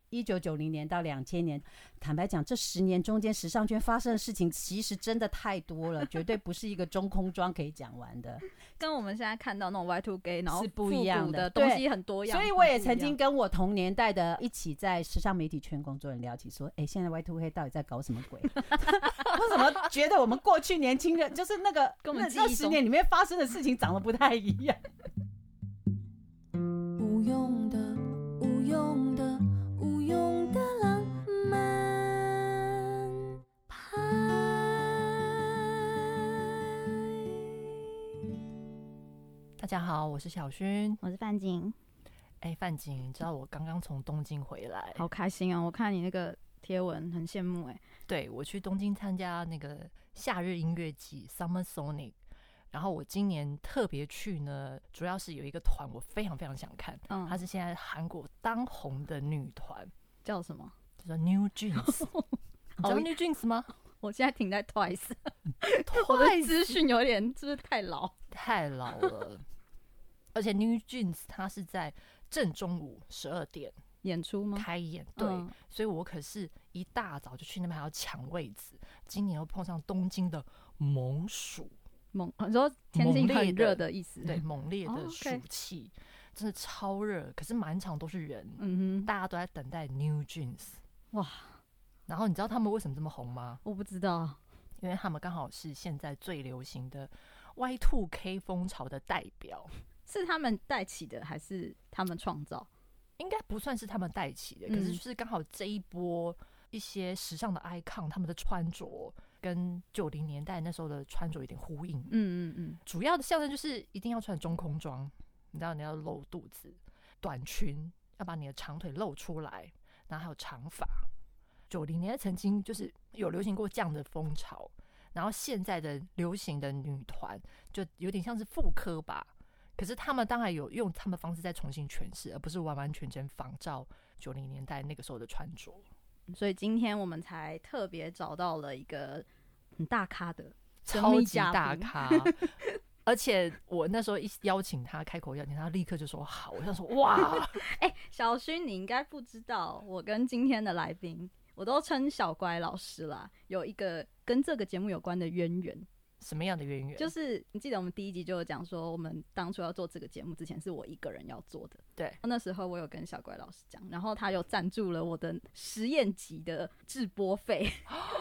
1990年到2000年，坦白讲，这10年中间时尚圈发生的事情其实真的太多了，绝对不是一个中空装可以讲完的， 跟我们现在看到那种 Y2K 然后是不一样的东西很多样。 所以我也曾经跟我同年代的一起在时尚媒体圈工作人聊起说，现在 Y2K 到底在搞什么鬼？为什么觉得我们过去年轻人就是那10年里面发生的事情长得不太一样？无用的无用的无用的浪漫派。 大家好，我是小薰， 我是范景。 范景，你知道我刚刚从东京回来， 好开心啊！我看你那个贴文很羡慕对，我去东京参加那个夏日音乐季 Summer Sonic， 然后我今年特别去呢，主要是有一个团我非常非常想看，它是现在韩国当红的女团， 叫什么？ 叫做 New Jeans。你知道 New Jeans 吗？ 我现在停在 Twice， 我的资讯有点是不是太老？ 太老了。而且 New Jeans 它是在正中午12点演出吗？ 开演，对，所以我可是一大早就去那边，还要抢位置。今年又碰上东京的猛暑， 你说天气很热的意思？ 对，猛烈的暑气，真的超热，可是满场都是人，大家都在等待 New Jeans。哇！然后你知道他们为什么这么红吗？ 我不知道， 因为他们刚好是现在最流行的 Y2K 风潮的代表。 是他们带起的，还是他们创造？ 应该不算是他们带起的，可是就是刚好这一波一些时尚的 icon， 他们的穿着跟90年代那时候的穿着有点呼应。主要的象征就是一定要穿中空装，你知道你要露肚子，短裙要把你的长腿露出来，然后还有长发。90年代曾经就是有流行过这样的风潮，然后现在的流行的女团就有点像是复刻吧。可是他们当然有用他们的方式再重新诠释，而不是完完全全仿照90年代那个时候的穿着。 所以今天我们才特别找到了一个很大咖的超级大咖，而且我那时候一邀请他，开口邀请他，立刻就说好。我想说哇， 小薰你应该不知道，我跟今天的来宾，我都称小乖老师啦，有一个跟这个节目有关的渊源。 什么样的渊源？ 就是你记得我们第一集就有讲说，我们当初要做这个节目之前是我一个人要做的。 对， 那时候我有跟小乖老师讲，然后他有赞助了我的实验集的制播费。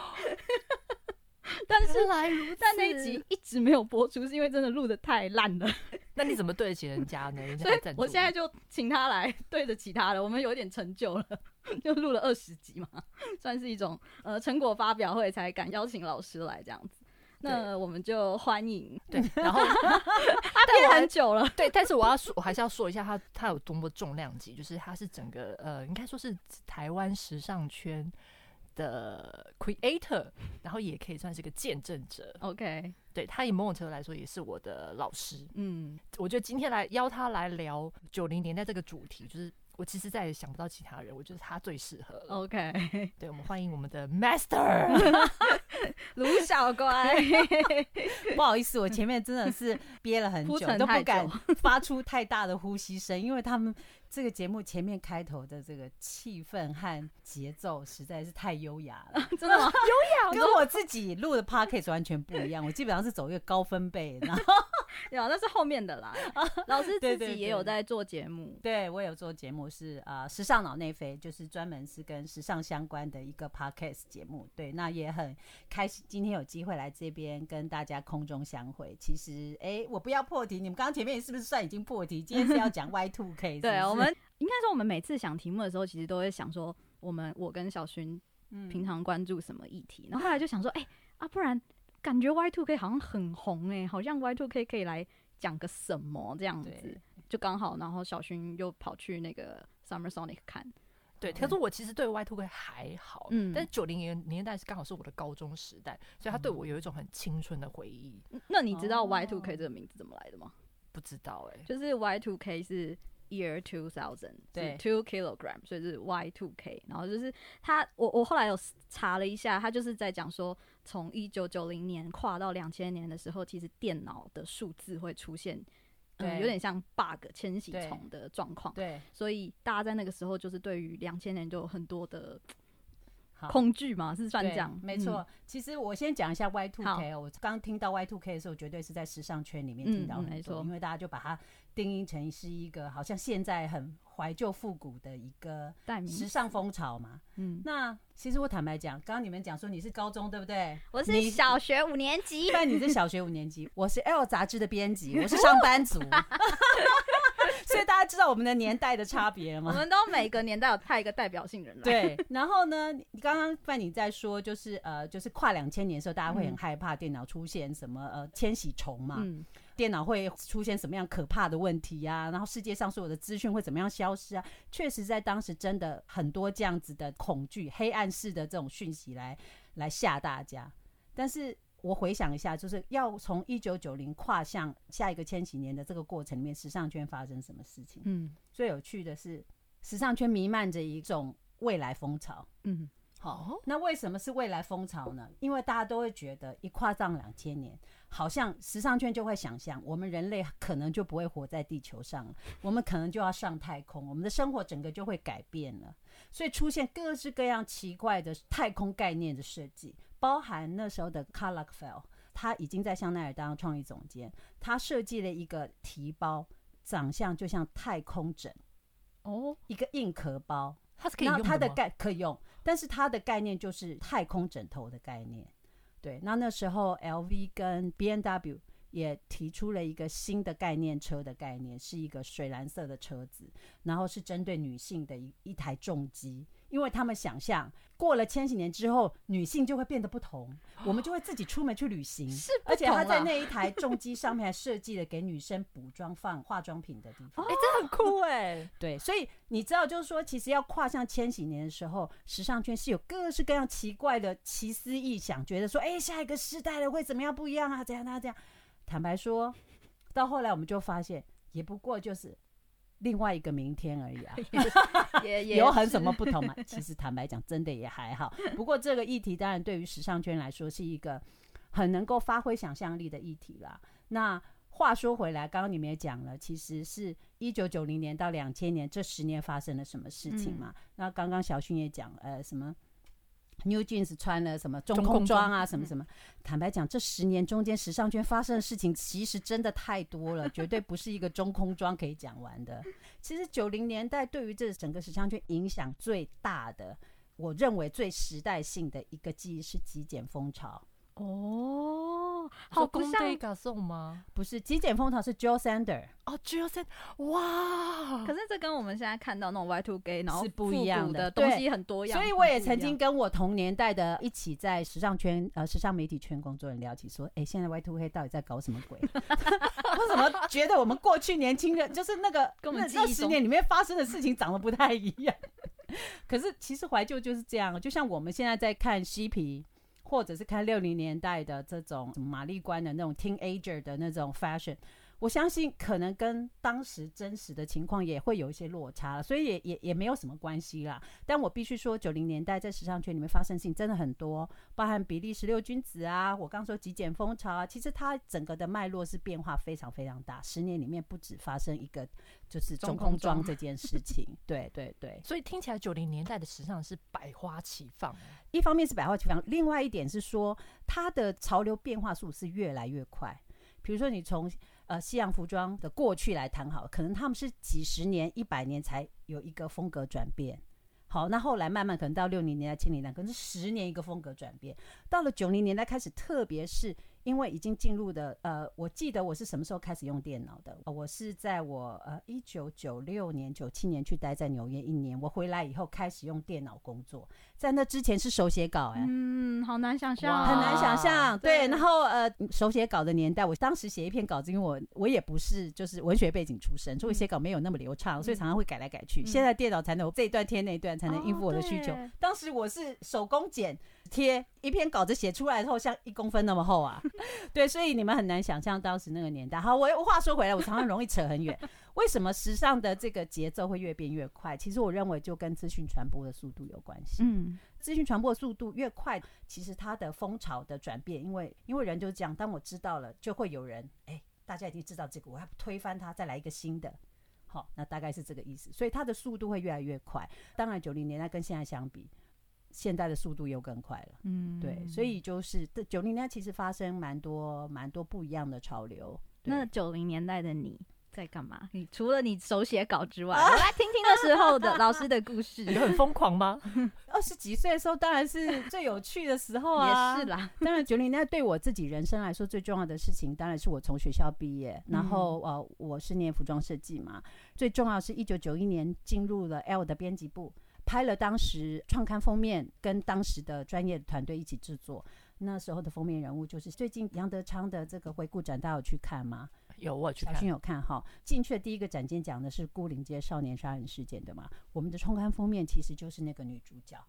但是但那一集一直没有播出，是因为真的录得太烂了。 那你怎么对得起人家呢？人家所以我现在就请他来对得起他了，我们有点成就了，就录了20集嘛，算是一种成果发表会才敢邀请老师来这样子。那我们就欢迎。 对，然后他憋很久了。 对，但是我还是要说一下他有多么重量级，就是他是整个应该说是台湾时尚圈的 creator， 然后也可以算是个见证者。 OK， 对，他以某种程度来说也是我的老师。我觉得今天邀他来聊90年代这个主题，就是我其实再也想不到其他人，我觉得他最适合了。 OK， 对，我们欢迎我们的 Master 卢小乖。 不好意思，我前面真的是憋了很久，都不敢发出太大的呼吸声，因为他们这个节目前面开头的这个气氛和节奏实在是太优雅了。 真的吗？优雅， 跟我自己录的 podcast 完全不一样。我基本上是走一个高分贝，然后有那是后面的啦。老师自己也有在做节目。 对，我有做节目是时尚脑内飞，就是专门是跟时尚相关的一个 podcast 节目。对，那也很开心今天有机会来这边跟大家空中相会。其实我不要破题，你们刚刚前面是不是算已经破题？今天是要讲 Y2K 是不是？ 对，我们应该说我们每次想题目的时候，其实都会想说我跟小薰平常关注什么议题，然后后来就想说不然感觉 Y2K 好像很红好像 Y2K 可以来讲个什么这样子，就刚好，然后小薰又跑去那个 Summer Sonic 看。 对，可是我其实对 Y2K 还好，但是90年代是刚好是我的高中时代，所以他对我有一种很青春的回忆。 那你知道 Y2K 这个名字怎么来的吗？ 不知道就是 Y2K 是 Year 2000， 对 ，2 kilogram， 所以是 Y2K。然后就是我后来有查了一下，他就是在讲说，从1990年跨到2000年的时候，其实电脑的数字会出现有点像 bug 千禧虫的状况。 对， 所以大家在那个时候就是对于2000年就有很多的恐惧嘛，是算这样。 没错。其实我先讲一下 Y2K， 我刚听到 Y2K 的时候，绝对是在时尚圈里面听到很多，因为大家就把它定义成是一个好像现在很怀旧复古的一个时尚风潮嘛。那其实我坦白讲，刚刚你们讲说你是高中对不对？ 我是小学5年级。 但你是小学5年级，我是 L 杂志的编辑，我是上班族。所以大家知道我们的年代的差别了吗？ 我们都每个年代有派一个代表性人来。 对，然后呢，刚刚范你在说，就是跨2000年的时候，大家会很害怕电脑出现什么千禧虫嘛，电脑会出现什么样可怕的问题啊，然后世界上所有的资讯会怎么样消失啊？确实在当时真的很多这样子的恐惧、黑暗式的这种讯息来吓大家，但是。我回想一下，就是要从1990跨向下一个千禧年的这个过程里面，时尚圈发生什么事情？最有趣的是，时尚圈弥漫着一种未来风潮。好，那为什么是未来风潮呢？因为大家都会觉得，一跨上2000年，好像时尚圈就会想象，我们人类可能就不会活在地球上了，我们可能就要上太空，我们的生活整个就会改变了，所以出现各式各样奇怪的太空概念的设计。包含那时候的 Karl Lagerfeld， 他已经在香奈儿当创意总监，他设计了一个提包，长相就像太空枕，一个硬壳包， 它是可以用的吗？ 它的可以用，但是它的概念就是太空枕头的概念。对，那时候 LV 跟 B&W 也提出了一个新的概念车的概念，是一个水蓝色的车子，然后是针对女性的一台重机。因为他们想象过了千禧年之后，女性就会变得不同，我们就会自己出门去旅行，而且他在那一台重机上面还设计了给女生补妆放化妆品的地方。 这很酷哎。 对，所以你知道，就是说，其实要跨向千禧年的时候，时尚圈是有各式各样奇怪的奇思异想，觉得说，下一个世代了会怎么样不一样啊？怎样这样？坦白说，到后来我们就发现，也不过就是另外一个明天而已啊，有很什么不同吗？其实坦白讲，真的也还好。不过这个议题当然对于时尚圈来说是一个很能够发挥想象力的议题啦。那话说回来，刚刚你们也讲了，其实是1990年到2000年这10年发生了什么事情嘛？那刚刚小薰也讲，什么New Jeans 穿了什么中空装啊，什么什么。坦白讲，这10年中间时尚圈发生的事情其实真的太多了，绝对不是一个中空装可以讲完的。其实90年代对于这整个时尚圈影响最大的，我认为最时代性的一个记忆是极简风潮。 好不像公garçon送吗？ 不是，极简风潮是 Jil Sander。 Jil Sander， 哇！ 可是这跟我们现在看到那种 Y2K 然后是不一样的东西很多样。 所以我也曾经跟我同年代的一起在时尚圈时尚媒体圈工作人聊起说，现在 Y2K 到底在搞什么鬼？为什么觉得我们过去年轻人就是那10年里面发生的事情长得不太一样？可是其实怀旧就是这样，就像我们现在在看嬉皮，或者是看60年代的这种玛丽冠的那种 teenager 的那种 fashion， 我相信可能跟当时真实的情况也会有一些落差，所以也没有什么关系啦。但我必须说90年代在时尚圈里面发生的事情真的很多，包含比利16君子啊，我刚说极简风潮啊，其实它整个的脉络是变化非常非常大，10年里面不止发生一个就是中空装这件事情。对对对， 所以听起来90年代的时尚是百花齐放。 一方面是百花齐放，另外一点是说它的潮流变化速是越来越快。比如说你从西洋服装的过去来谈好了，可能他们是几十年100年才有一个风格转变。好，那后来慢慢可能到60年代70年代可能是10年一个风格转变，到了90年代开始，特别是因为已经进入的我记得我是什么时候开始用电脑的，我是在我1996年97年去待在纽约1年，我回来以后开始用电脑工作，在那之前是手写稿。 好难想象， 很难想象。对，然后手写稿的年代，我当时写一篇稿子，因为我也不是就是文学背景出身，所以写稿没有那么流畅，所以常常会改来改去。现在电脑才能有这一段贴那一段，才能应付我的需求。当时我是手工剪贴，一篇稿子写出来之后像1公分那么厚啊。对，所以你们很难想象当时那个年代。好，我话说回来，我常常容易扯很远。为什么时尚的这个节奏会越变越快？其实我认为就跟资讯传播的速度有关系。资讯传播的速度越快，其实它的风潮的转变，因为人就是这样，当我知道了，就会有人大家已经知道这个，我要推翻它，再来一个新的。好，那大概是这个意思，所以它的速度会越来越快。当然90年代跟现在相比，现在的速度又更快了。对，所以就是90年代其实发生蛮多不一样的潮流。 那90年代的你在干嘛？你除了你手写稿之外，我来听听那时候的老师的故事。 你很疯狂吗 ？20几岁的时候当然是最有趣的时候啊。 也是啦。 当然90年代对我自己人生来说最重要的事情，当然是我从学校毕业，然后我是念服装设计嘛。最重要是1991年进入了 L 的编辑部，拍了当时创刊封面，跟当时的专业团队一起制作。那时候的封面人物就是最近杨德昌的这个回顾展，大家有去看吗？ 有，我去看。 小薰有看哈。进去的第一个展间讲的是牯岭街少年杀人事件的嘛。我们的创刊封面其实就是那个女主角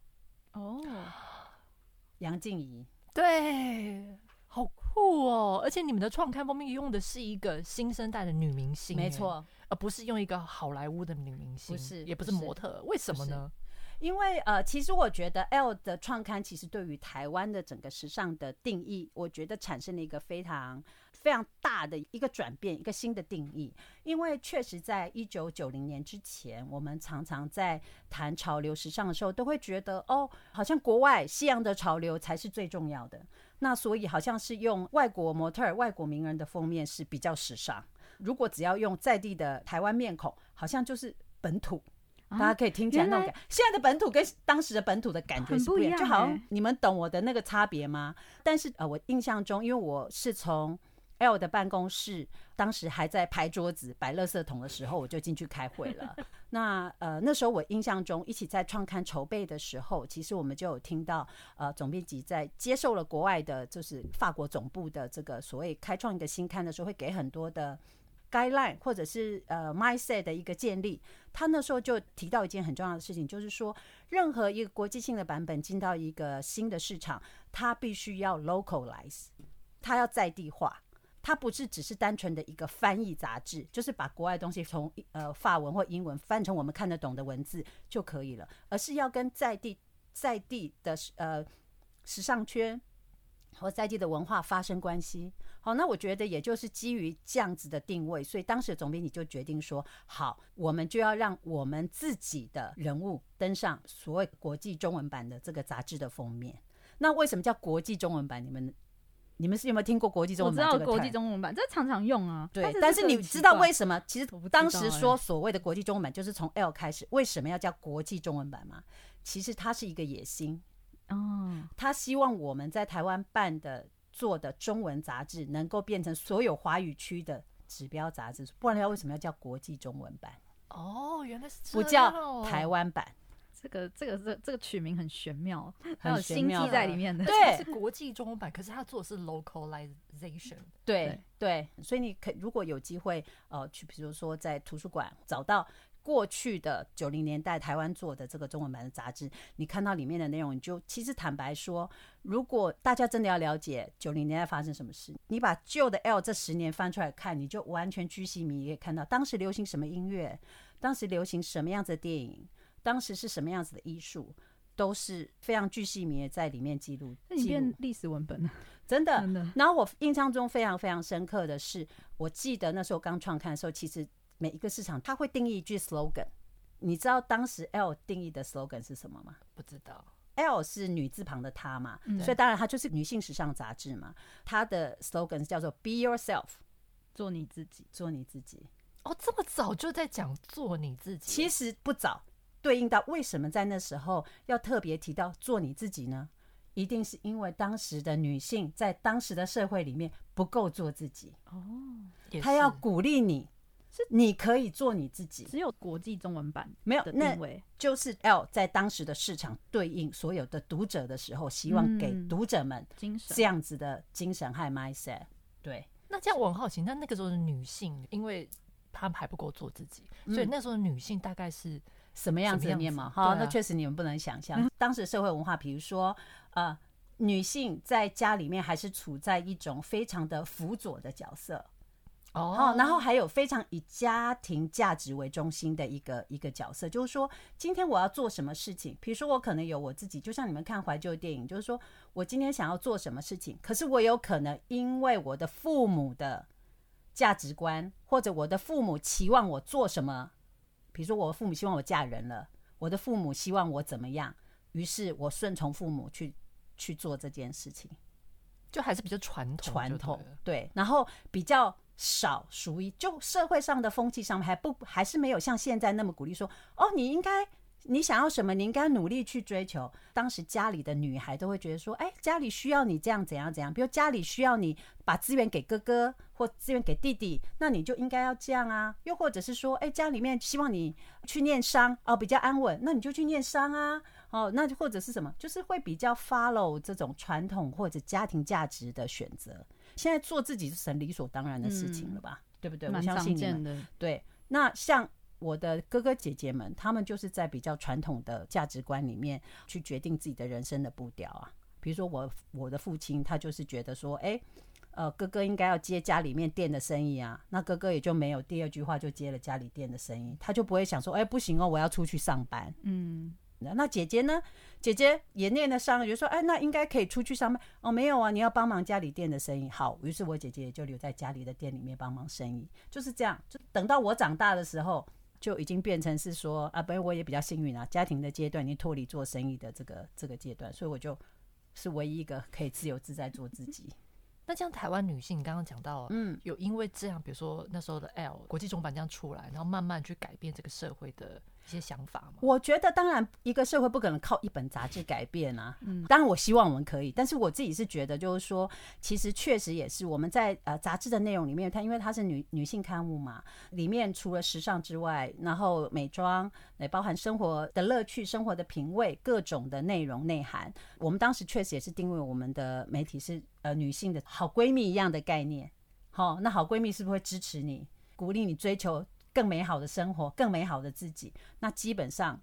杨静怡。 对，好酷哦！而且你们的创刊封面用的是一个新生代的女明星， 没错， 而不是用一个好莱坞的女明星， 不是， 也不是模特。为什么呢？ 因为其实我觉得 L 的创刊其实对于台湾的整个时尚的定义，我觉得产生了一个非常非常大的一个转变，一个新的定义。因为确实在1990年之前，我们常常在谈潮流时尚的时候，都会觉得好像国外西洋的潮流才是最重要的。那所以好像是用外国模特、外国名人的封面是比较时尚。如果只要用在地的台湾面孔，好像就是本土。大家可以听起来那种感觉，现在的本土跟当时的本土的感觉是不一样，就好像你们懂我的那个差别吗？但是我印象中，因为我是从 L 的办公室，当时还在排桌子、摆垃圾桶的时候，我就进去开会了。那时候我印象中，一起在创刊筹备的时候，其实我们就有听到总编辑在接受了国外的，就是法国总部的这个所谓开创一个新刊的时候，会给很多的guideline 或者是mindset 的一个建立。他那时候就提到一件很重要的事情，就是说任何一个国际性的版本进到一个新的市场，它必须要 localize， 它要在地化，它不是只是单纯的一个翻译杂志，就是把国外的东西从法文或英文翻成我们看得懂的文字就可以了，而是要跟在地的时尚圈和在地的文化发生关系。好，那我觉得也就是基于这样子的定位，所以当时的总编辑就决定说，好，我们就要让我们自己的人物登上所谓国际中文版的这个杂志的封面。那为什么叫国际中文版？你们是有没有听过国际中文版这个？ 我知道国际中文版，这常常用啊。 对，但是你知道为什么？其实当时说所谓的国际中文版就是从 L 开始，为什么要叫国际中文版吗？其实它是一个野心。他希望我们在台湾做的中文杂志能够变成所有华语区的指标杂志，不然为什么要叫国际中文版？ 原来是这样， 不叫台湾版。 这个取名很玄妙，还有心机在里面的。 对，是国际中文版，可是他做的是 localization。 对，所以你如果有机会去，比如说在图书馆找到过去的90年代台湾做的这个中文版的杂志，你看到里面的内容，你就其实坦白说，如果大家真的要了解90年代发生什么事，你把旧的 L 这10年翻出来看，你就完全居心迷，也可以看到当时流行什么音乐，当时流行什么样子的电影，当时是什么样子的艺术，都是非常巨细靡在里面记录。 那你变历史文本了， 真的。然后我印象中非常非常深刻的是，我记得那时候刚创刊的时候，其实每一个市场它会定义一句 slogan。你知道当时 L 定义的 slogan 是什么吗？ 不知道。 L 是女字旁的她嘛，所以当然它就是女性时尚杂志嘛。它的 slogan 叫做 Be yourself， 做你自己， 做你自己。 这么早就在讲做你自己？ 其实不早。对应到为什么在那时候要特别提到做你自己呢？一定是因为当时的女性在当时的社会里面不够做自己。她要鼓励你，你可以做你自己。 只有国际中文版没有的定位， 就是 L 在当时的市场对应所有的读者的时候，希望给读者们这样子的精神和 mindset。对， 那这样我很好奇，那个时候的女性，因为她们还不够做自己，所以那时候的女性大概是什么样子的面貌？那确实你们不能想象。当时社会文化，比如说女性在家里面还是处在一种非常的辅佐的角色。然后还有非常以家庭价值为中心的一个角色，就是说今天我要做什么事情，比如说我可能有我自己，就像你们看怀旧电影，就是说我今天想要做什么事情，可是我有可能因为我的父母的价值观，或者我的父母期望我做什么，比如说我父母希望我嫁人了，我的父母希望我怎么样，于是我顺从父母去做这件事情， 就还是比较传统， 对，然后比较少属于就社会上的风气上面还是没有像现在那么鼓励说，哦，你想要什么，你应该努力去追求。当时家里的女孩都会觉得说，哎，家里需要你这样怎样怎样，比如家里需要你把资源给哥哥或资源给弟弟，那你就应该要这样啊。又或者是说，哎，家里面希望你去念商哦，比较安稳，那你就去念商啊。哦，那或者是什么，就是会比较 follow 这种传统或者家庭价值的选择。现在做自己是很理所当然的事情了吧？对不对？我相信你们。对，那像我的哥哥姐姐们，他们就是在比较传统的价值观里面去决定自己的人生的步调啊。比如说我的父亲，他就是觉得说，哥哥应该要接家里面店的生意啊，那哥哥也就没有第二句话就接了家里店的生意，他就不会想说，不行哦，我要出去上班。那姐姐呢？姐姐也念了商，就说，那应该可以出去上班。哦，没有啊，你要帮忙家里店的生意。好，于是我姐姐也就留在家里的店里面帮忙生意，就是这样。就等到我长大的时候，就已经变成是说，我也比较幸运啊，家庭的阶段已经脱离做生意的这个阶段，所以我就是唯一一个可以自由自在做自己。 那这样台湾女性，你刚刚讲到，有因为这样，比如说那时候的 L 国际中版这样出来，然后慢慢去改变这个社会的一些想法吗？ 我觉得当然一个社会不可能靠一本杂志改变啊，当然我希望我们可以，但是我自己是觉得就是说，其实确实也是我们在杂志的内容里面，因为它是女性刊物嘛，里面除了时尚之外，然后美妆也包含生活的乐趣、生活的品味，各种的内容内涵。我们当时确实也是定位我们的媒体是女性的好闺蜜一样的概念。那好闺蜜是不是会支持你，鼓励你追求更美好的生活，更美好的自己？那基本上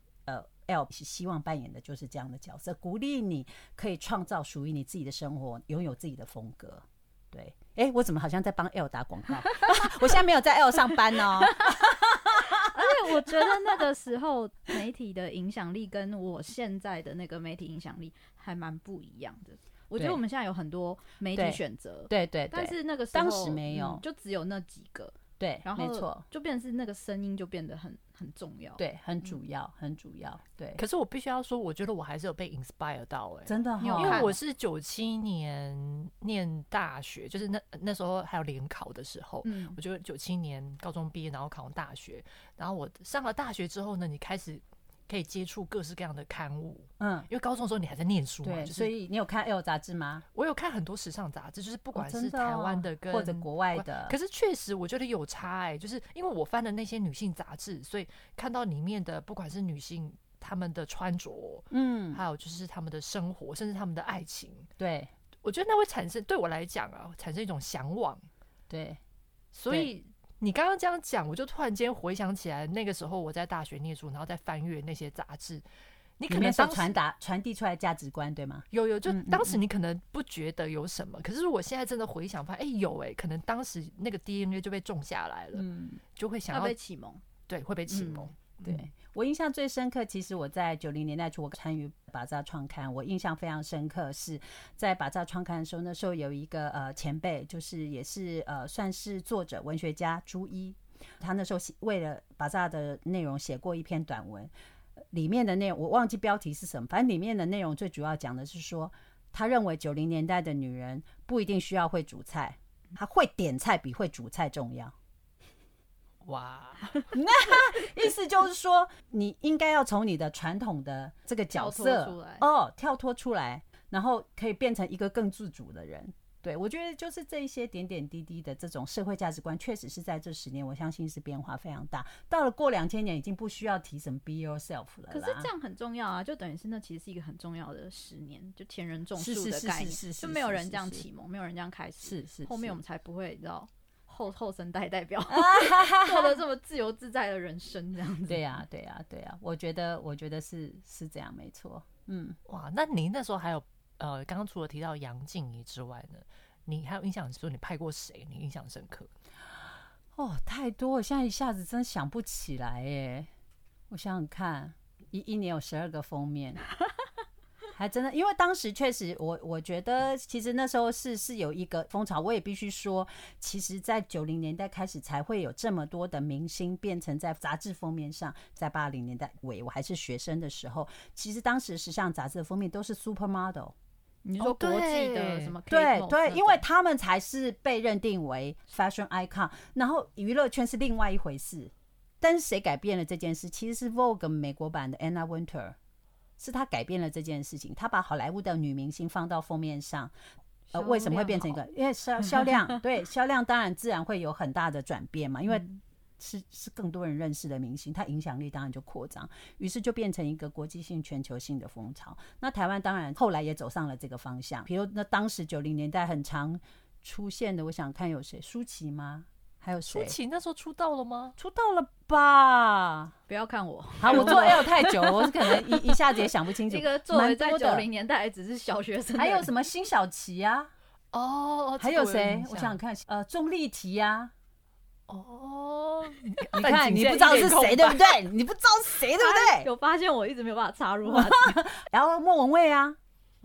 L 希望扮演的就是这样的角色，鼓励你可以创造属于你自己的生活，拥有自己的风格。对，我怎么好像在帮 L 打广告？我现在没有在 L 上班哦。 而且我觉得那个时候媒体的影响力跟我现在的那个媒体影响力还蛮不一样的。我觉得我们现在有很多媒体选择， 对， 但是那个时候当时没有， 就只有那几个。 对， 然没错， 后就变成是那个声音就变得很重要， 对，很主要，很主要，对。 可是我必须要说，我觉得我还是有被 inspire 到， 真的， 因为我是97年念大学，就是那时候还有联考的时候，我就97年高中毕业，然后考上大学，然后我上了大学之后呢，你开始可以接触各式各样的刊物，因为高中的时候你还在念书嘛， 对，所以你有看 L 杂志吗？ 我有看很多时尚杂志，就是不管是台湾的跟或者国外的， 可是确实我觉得有差，就是因为我翻的那些女性杂志，所以看到里面的不管是女性她们的穿着，还有就是她们的生活，甚至她们的爱情， 对， 我觉得那会产生对我来讲啊，产生一种向往， 对， 所以。你刚刚这样讲，我就突然间回想起来，那个时候我在大学念书，然后在翻阅那些杂志，你可能当时传递出来价值观，对吗？ 有，就当时你可能不觉得有什么，可是我现在真的回想，发现有可能当时那个 DNA 就被种下来了，就会想要被启蒙， 对，会被启蒙。 对，我印象最深刻，其实我在90年代初我参与把扎创刊，我印象非常深刻是在把扎创刊的时候，那时候有一个前辈，就是也是算是作者文学家朱一，他那时候为了把扎的内容写过一篇短文，里面的内容我忘记标题是什么，反正里面的内容最主要讲的是说，他认为90年代的女人不一定需要会煮菜，她会点菜比会煮菜重要。 哇， 那意思就是说，你应该要从你的传统的这个角色跳脱出来，然后可以变成一个更自主的人。对，我觉得就是这一些点点滴滴的这种社会价值观，确实是在这10年，我相信是变化非常大。到了过2000年，已经不需要提什么 be yourself 了啦。 可是这样很重要啊，就等于是那其实是一个很重要的10年，就前人种树的概念，就没有人这样启蒙，没有人这样开始， 是后面我们才不会，你知道。后生代代表过了这么自由自在的人生，这样子。 对呀，我觉得是这样，没错。 哇，那您那时候还有刚刚除了提到杨静怡之外呢，你还有印象说你拍过谁？你印象深刻？ 太多了，现在一下子真想不起来耶。我想想看，一年有12个封面。 还真的，因为当时确实我觉得其实那时候是有一个风潮，我也必须说，其实在90年代开始才会有这么多的明星变成在杂志封面上，在80年代尾我还是学生的时候，其实当时时尚杂志的封面都是 supermodel。 你说国际的什么对对，因为他们才是被认定为 fashion icon， 然后娱乐圈是另外一回事。但是谁改变了这件事？其实是 Vogue 美国版的 Anna Wintour， 是他改变了这件事情。他把好莱坞的女明星放到封面上，为什么会变成一个？因为销量，对销量当然自然会有很大的转变嘛，因为是更多人认识的明星，它影响力当然就扩张，于是就变成一个国际性、全球性的风潮。那台湾当然后来也走上了这个方向，比如那当时90年代很常出现的，我想看有谁，舒淇吗？还有谁？ 舒淇那时候出道了吗？ 出道了吧？ 不要看我， 好，我做 L 太久了，我是可能一下子也想不清楚。 一个作为在90年代只是小学生， 还有什么辛晓琪啊？ 哦， 还有谁？我想想看，钟丽缇啊。 哦， 你看，你不知道是谁，对不对？你不知道是谁，对不对？ 有发现我一直没有办法插入话题。 然后莫文蔚啊。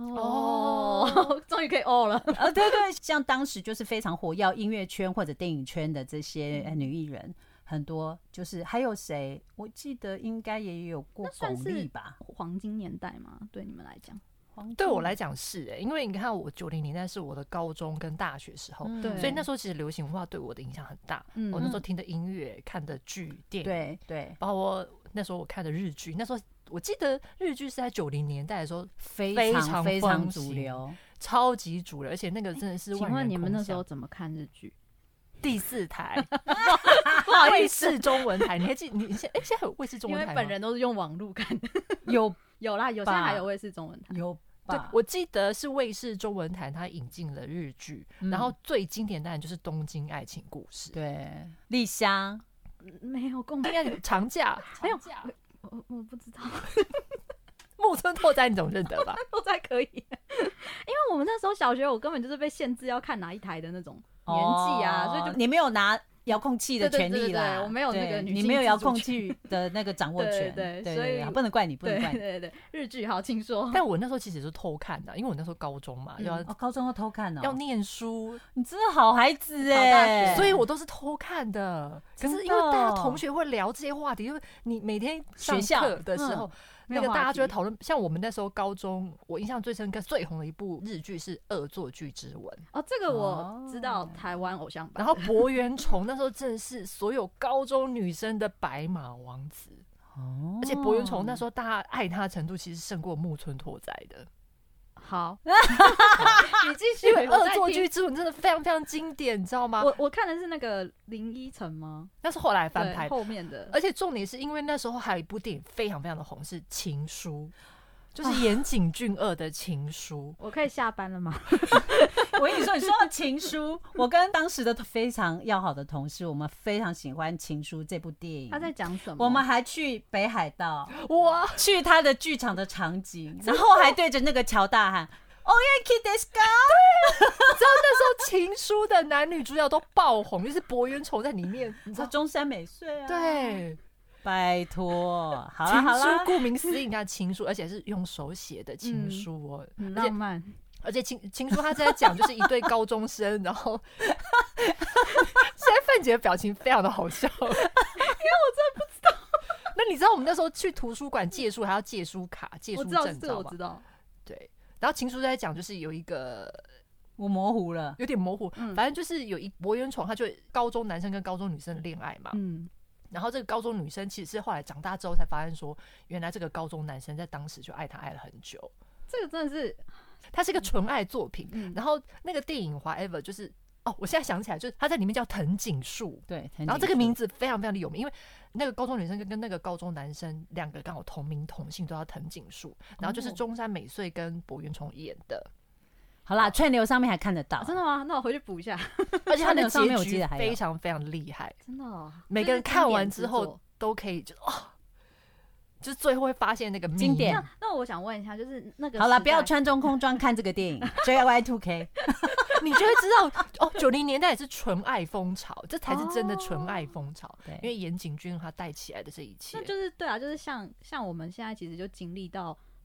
终于可以了。 对对，像当时就是非常火药音乐圈或者电影圈的这些女艺人，很多就是还有谁？我记得应该也有过巩俐吧？ 黄金年代吗？对你们来讲？ 对我来讲是因为你看我90年代是我的高中跟大学时候，所以那时候其实流行文化对我的影响很大。我那时候听的音乐、看的剧、电影， 对， 包括那时候我看的日剧，那时候我记得日剧是在90年代的时候非常主流， 超级主流，而且那个真的是万人空巷。 请问你们那时候怎么看日剧？ 第4台卫视中文台，你还记得？现在还有卫视中文台吗？ 因为本人都是用网路看的。有啦，现在还有卫视中文台。 有对，我记得是卫视中文台，它引进了日剧，然后最经典当然就是《东京爱情故事》。 对，丽香没有共鸣。 长假没有，我不知道。 木村拓哉你总认得吧？ 拓哉可以，因为我们那时候小学，我根本就是被限制要看哪一台的那种年纪啊，所以就你没有拿遥控器的权利啦。 对，我没有那个女性， 你没有遥控器的那个掌握权。 对，所以不能怪你，不能怪你。 对，日剧好，请说。 但我那时候其实也是偷看的，因为我那时候高中嘛， 高中要偷看要念书。 你真的好孩子哎， 所以我都是偷看的。可是因为大家同学会聊这些话题，因为你每天上课的时候。那个大家就会讨论，像我们那时候高中，我印象最深刻、最红的一部日剧是《恶作剧之吻》。 这个我知道，台湾偶像版。 然后柏原崇那时候真的是所有高中女生的白马王子，而且柏原崇那时候大家爱他的程度其实胜过木村拓哉的。 好，你继续。 因为《恶作剧之吻》真的非常非常经典，你知道吗？ 我看的是那个林依晨吗？ 那是后来翻拍后面的。 而且重点是因为那时候还有一部电影非常非常的红，是《情书》，就是岩井俊二的《情书》。 我可以下班了吗？ 我跟你说，你说到《情书》，我跟当时的非常要好的同事，我们非常喜欢《情书》这部电影。 他在讲什么？ 我们还去北海道， 哇， 去他的剧场的场景，然后还对着那个桥大喊“Oyeki desu ka”。 对，你知道那时候《情书》的男女主角都爆红，就是柏原崇在里面，你知道中山美穗啊。 对。 拜托，好了， 情书顾名思义，你看情书，而且是用手写的情书哦， 很浪漫。 而且情书他在讲就是一对高中生，然后现在范姐的表情非常的好笑，因为我真的不知道。那你知道我们那时候去图书馆借书还要借书卡、借书证照吗？ 我知道。 对，然后情书在讲就是有一个。 我模糊了， 有点模糊。反正就是有一柏原崇，他就高中男生跟高中女生的恋爱嘛。然后这个高中女生其实是后来长大之后才发现说，原来这个高中男生在当时就爱她爱了很久。 这个真的是， 它是一个纯爱作品。然后那个电影 whatever 就是我现在想起来，就是他在里面叫藤井树。 对， 然后这个名字非常非常的有名，因为那个高中女生跟那个高中男生两个刚好同名同姓，都叫藤井树。然后就是中山美穗跟柏原崇演的。 好啦，串流上面还看得到。 真的吗？那我回去补一下。 而且它的结局非常非常厉害， 真的。 每个人看完之后都可以就是最后会发现那个经典。 那我想问一下，就是那个好了，不要穿中空装看这个电影JY2K， 你就会知道90年代也是纯爱风潮，这才是真的纯爱风潮。因为岩井俊他带起来的这一切， 那就是对啊，就是像我们现在其实就经历到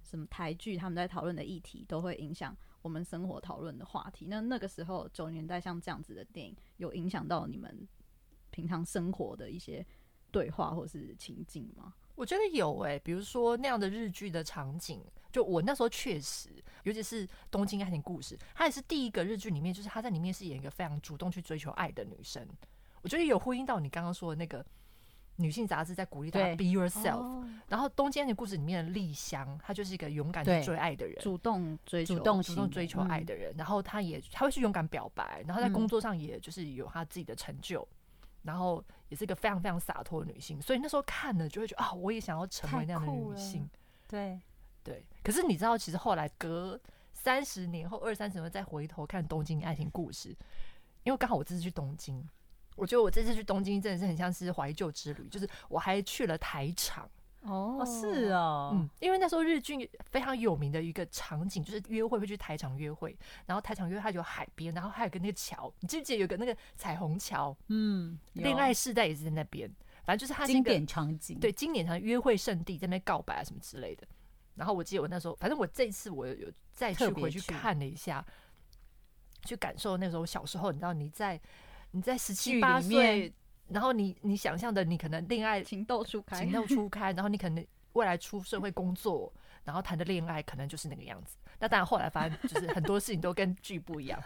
什么台剧他们在讨论的议题都会影响我们生活讨论的话题。那个时候90年代像这样子的电影有影响到你们平常生活的一些对话或是情境吗？ 我觉得有比如说那样的日剧的场景，就我那时候确实，尤其是《东京爱情故事》，它也是第一个日剧里面，就是她在里面是演一个非常主动去追求爱的女生。我觉得有呼应到你刚刚说的那个女性杂志在鼓励大家 be yourself，然后《东京爱情故事》里面的丽香，她就是一个勇敢去追爱的人， 主动追求爱的人，然后她会去勇敢表白，然后在工作上也就是有她自己的成就。然后也是一个非常非常洒脱的女性，所以那时候看了就会觉得我也想要成为那样的女性。 对。 可是你知道，其实后来隔30年后，20-30年后再回头看《东京爱情故事》，因为刚好我这次去东京，我觉得我这次去东京真的是很像是怀旧之旅，就是我还去了台场。 是哦， 因为那时候日剧非常有名的一个场景就是约会会去台场约会，然后台场约会它有海边，然后还有个那个桥，你记不记得有个那个彩虹桥？恋爱世代也是在那边，反正就是它是一个经典场景， 对，经典场景约会圣地，在那边告白啊什么之类的。然后我记得我那时候，反正我这一次我有再去回去看了一下，去感受那时候小时候，你知道你在17、18岁。然后你想象的，你可能恋爱情窦初开， 然后你可能未来出社会工作，然后谈的恋爱可能就是那个样子。那当然后来发现，就是很多事情都跟剧不一样。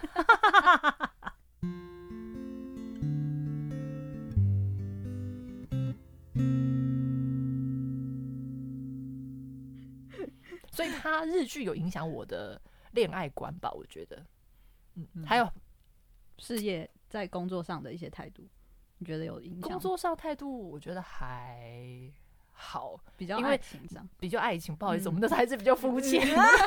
所以他日剧有影响我的恋爱观吧，我觉得。还有事业在工作上的一些态度。你觉得有影响？ 工作上态度，我觉得还好， 比较爱情上， 比较爱情。不好意思，我们都还是比较肤浅。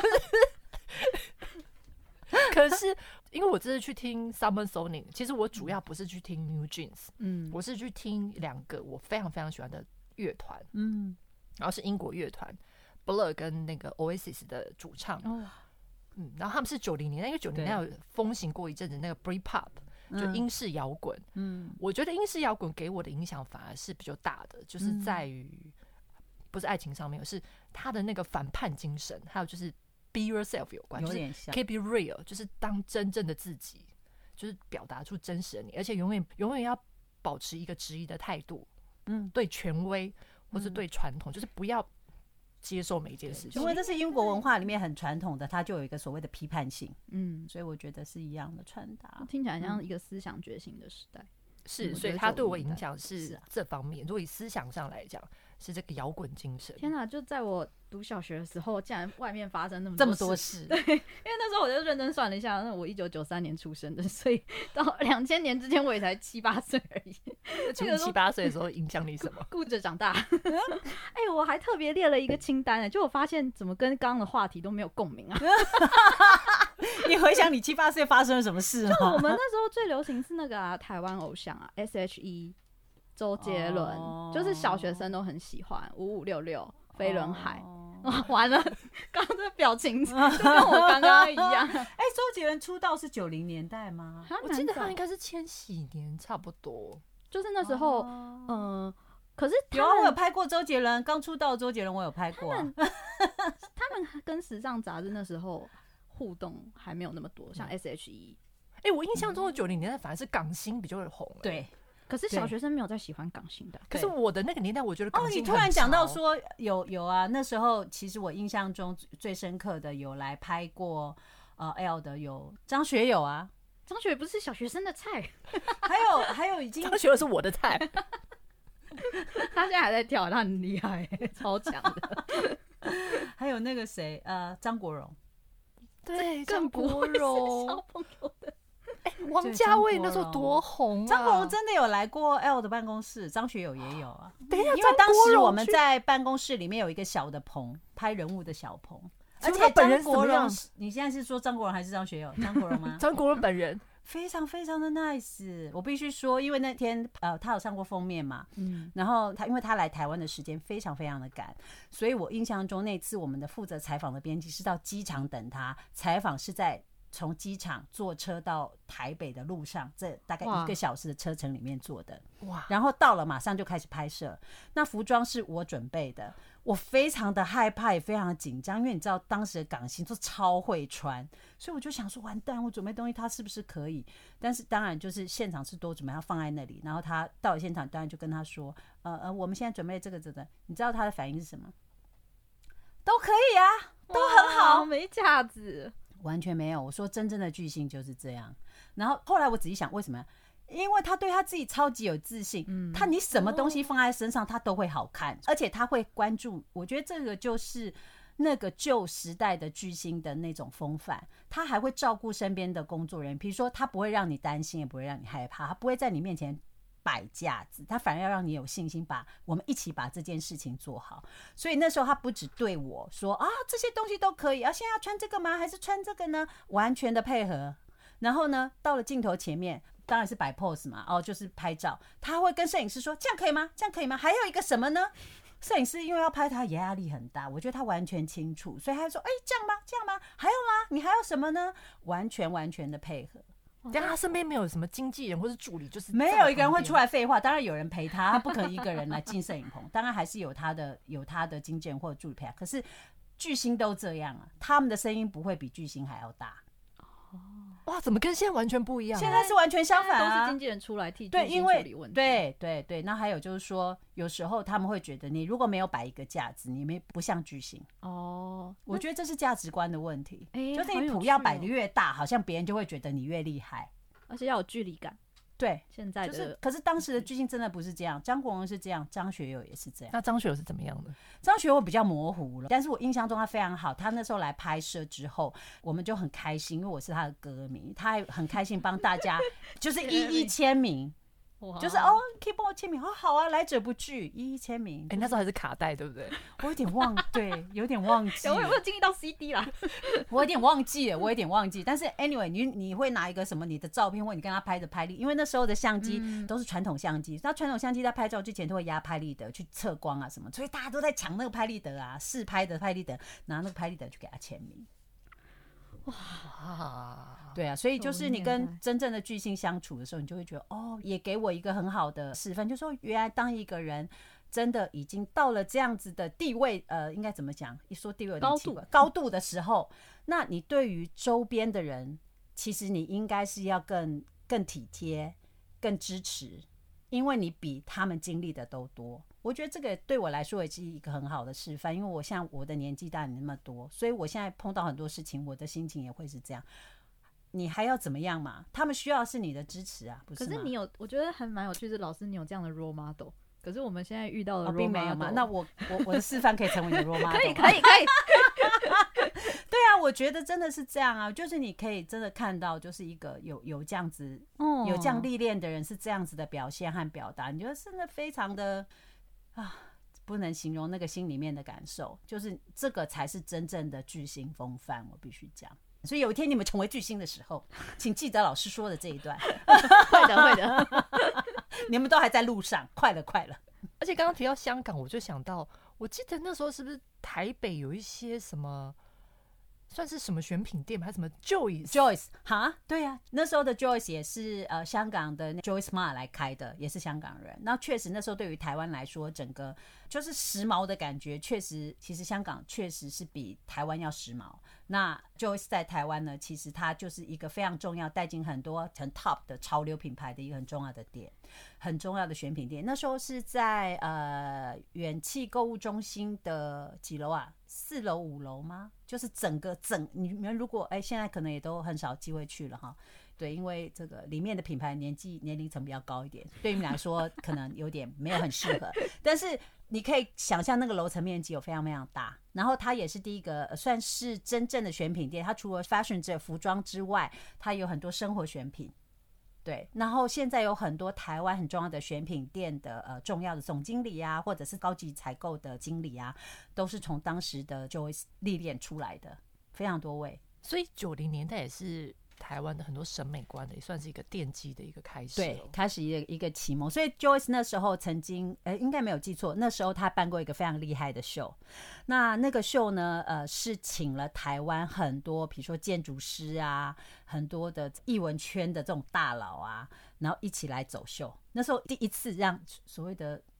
可是因为我这次去听 Summer Sonic， 其实我主要不是去听 New Jeans，我是去听2个我非常非常喜欢的乐团，然后是英国乐团 Blur 跟那个 Oasis 的主唱，然后他们是90年代，因为90年代有风行过一阵子那个 Britpop。就英式摇滚，我觉得英式摇滚给我的影响反而是比较大的，就是在于不是爱情上面，是他的那个反叛精神，还有就是 be yourself 有关， 有点像 keep it real， 就是当真正的自己，就是表达出真实的你，而且永远要保持一个质疑的态度，对权威或是对传统，就是不要接受每一件事情， 因为这是英国文化里面很传统的，它就有一个所谓的批判性，所以我觉得是一样的传达， 听起来像一个思想觉醒的时代， 是，所以它对我影响是这方面。如果以思想上来讲，是这个摇滚精神。 天哪！就在我读小学的时候，竟然外面发生这么多事。 对，因为那时候我就认真算了一下，那我1993年出生的，所以到2000年之间我也才7、8岁而已。 从7、8岁的时候影响你什么？ 顾着长大。我还特别列了一个清单，就我发现怎么跟刚刚的话题都没有共鸣啊。 你回想你7、8岁发生了什么事吗？ 就我们那时候最流行是那个台湾偶像S.H.E。周杰伦，就是小学生都很喜欢5566、飞轮海。完了，刚刚这表情就跟我刚刚一样。 周杰伦出道是90年代吗？ 我记得他应该是千禧年差不多， 就是那时候，可是我有拍过周杰伦刚出道的周杰伦，我有拍过。他们跟时尚杂志那时候互动还没有那么多，像 S.H.E。 我印象中的90年代反而是港星比较红。 对。 可是小学生没有在喜欢港星的， 可是我的那个年代，我觉得港星你突然讲到说有啊，那时候其实我印象中最深刻的有来拍过L 的有张学友啊， 张学友不是小学生的菜， 还有已经张学友是我的菜， 他现在还在跳，他很厉害，超强的。 还有那个谁张国荣， 对，张国荣小朋友的。 王家卫那时候多红啊！ 张国荣真的有来过 L 的办公室，张学友也有啊。 等一下， 因为当时我们在办公室里面有一个小的棚，拍人物的小棚，而且张国荣，你现在是说张国荣还是张学友？张国荣吗？ 张国荣本人非常非常的 nice， 我必须说，因为那天他有上过封面嘛，然后因为他来台湾的时间非常非常的赶，所以我印象中那次我们的负责采访的编辑是到机场等他，采访是在从机场坐车到台北的路上，这大概1个小时的车程里面做的。然后到了马上就开始拍摄。那服装是我准备的， 我非常的害怕，也非常的紧张，因为你知道当时的港星都超会穿，所以我就想说完蛋，我准备东西他是不是可以？但是当然就是现场是都准备要放在那里，然后他到了现场，当然就跟他说，我们现在准备这个，你知道他的反应是什么？都可以啊，都很好， 没架子， 完全没有。我说真正的巨星就是这样。然后后来我仔细想，为什么？因为他对他自己超级有自信，你什么东西放在身上，他都会好看，而且他会关注。我觉得这个就是那个旧时代的巨星的那种风范，他还会照顾身边的工作人员，比如说他不会让你担心，也不会让你害怕，他不会在你面前摆架子，他反而要让你有信心，我们一起把这件事情做好。所以那时候他不只对我说啊，这些东西都可以啊，现在要穿这个吗？还是穿这个呢？完全的配合。然后呢，到了镜头前面，当然是摆 pose 嘛，就是拍照。他会跟摄影师说：“这样可以吗？这样可以吗？还有一个什么呢？”摄影师因为要拍他，压力很大，我觉得他完全清楚，所以他说：“这样吗？这样吗？还有吗？你还有什么呢？”完全的配合。 但他身边没有什么经纪人或是助理，就是没有一个人会出来废话。当然有人陪他，他不可能一个人来进摄影棚，当然还是有他的经纪人或者助理陪他。可是巨星都这样啊，他们的声音不会比巨星还要大。 哇，怎么跟现在完全不一样？ 现在是完全相反啊， 都是经纪人出来替巨星处理问题。 对，那还有就是说，有时候他们会觉得你如果没有摆一个架子，你不像巨星。我觉得这是价值观的问题，就是你谱要摆的越大，好像别人就会觉得你越厉害， 而且要有距离感。 对， 现在的可是当时的巨星真的不是这样，张国荣是这样，张学友也是这样。 那张学友是怎么样的？ 张学友比较模糊了，但是我印象中他非常好。他那时候来拍摄之后，我们就很开心，因为我是他的歌迷，他还很开心帮大家就是一签名。就是可以帮我签名，好啊，来者不拒，一签名。 那时候还是卡带，对不对？ 我有点忘记。 我有没有经历到 CD 啦？ 我有点忘记。但是 anyway， 你会拿一个什么你的照片，或你跟他拍的拍立，因为那时候的相机都是传统相机，那传统相机在拍照之前都会压拍立得去测光啊什么，所以大家都在抢那个拍立得啊，试拍的拍立得，拿那个拍立得去给他签名。哇，对啊，所以就是你跟真正的巨星相处的时候，你就会觉得也给我一个很好的示范，就是说原来当一个人真的已经到了这样子的地位，应该怎么讲？一说地位有点奇怪，高度的时候，那你对于周边的人，其实你应该是要更体贴、更支持，因为你比他们经历的都多。我觉得这个对我来说也是一个很好的示范，因为我的年纪大你那么多，所以我现在碰到很多事情，我的心情也会是这样。你还要怎么样嘛？他们需要的是你的支持啊，不是吗？ 可是我觉得还蛮有趣，是老师你有这样的 role model， 可是我们现在遇到的 role model 并没有嘛。那我的示范可以成为你的 role model， 可以。 对啊，我觉得真的是这样啊，就是你可以真的看到，就是一个有这样子有这样历练的人是这样子的表现和表达，你觉得真的非常的不能形容那个心里面的感受，就是这个才是真正的巨星风范，我必须讲。所以有一天你们成为巨星的时候，请记得老师说的这一段。 会的， 你们都还在路上，快了。 而且刚刚提到香港，我就想到，我记得那时候是不是台北有一些什么？算是什么选品店还是什么 Joyce 哈？对呀，那时候的 Joyce 也是香港的 Joyce Ma 来开的，也是香港人。那确实那时候对于台湾来说，整个就是时髦的感觉，其实香港确实是比台湾要时髦。那 Joyce 在台湾呢，其实它就是一个非常重要，带进很多很 top 的潮流品牌的一个很重要的店，很重要的选品店。那时候是在远气购物中心的几楼啊？4楼5楼吗？就是你们如果现在可能也都很少机会去了哈。对，因为这个里面的品牌年龄层比较高一点，对你们来说可能有点没有很适合。但是你可以想象那个楼层面积有非常非常大，然后它也是第一个算是真正的选品店。它除了 fashion 服装之外，它有很多生活选品。对，然后现在有很多台湾很重要的选品店的重要的总经理啊，或者是高级采购的经理啊，都是从当时的 Joyce 历练出来的，非常多位。 所以90年代也是台湾的很多审美观的，也算是一个奠基的一个开始。 对，开始一个启蒙。所以 Joyce 那时候曾经应该没有记错，那时候他办过一个非常厉害的秀。那个秀呢是请了台湾很多比如说建筑师啊，很多的艺文圈的这种大佬啊，然后一起来走秀。那时候第一次让所谓的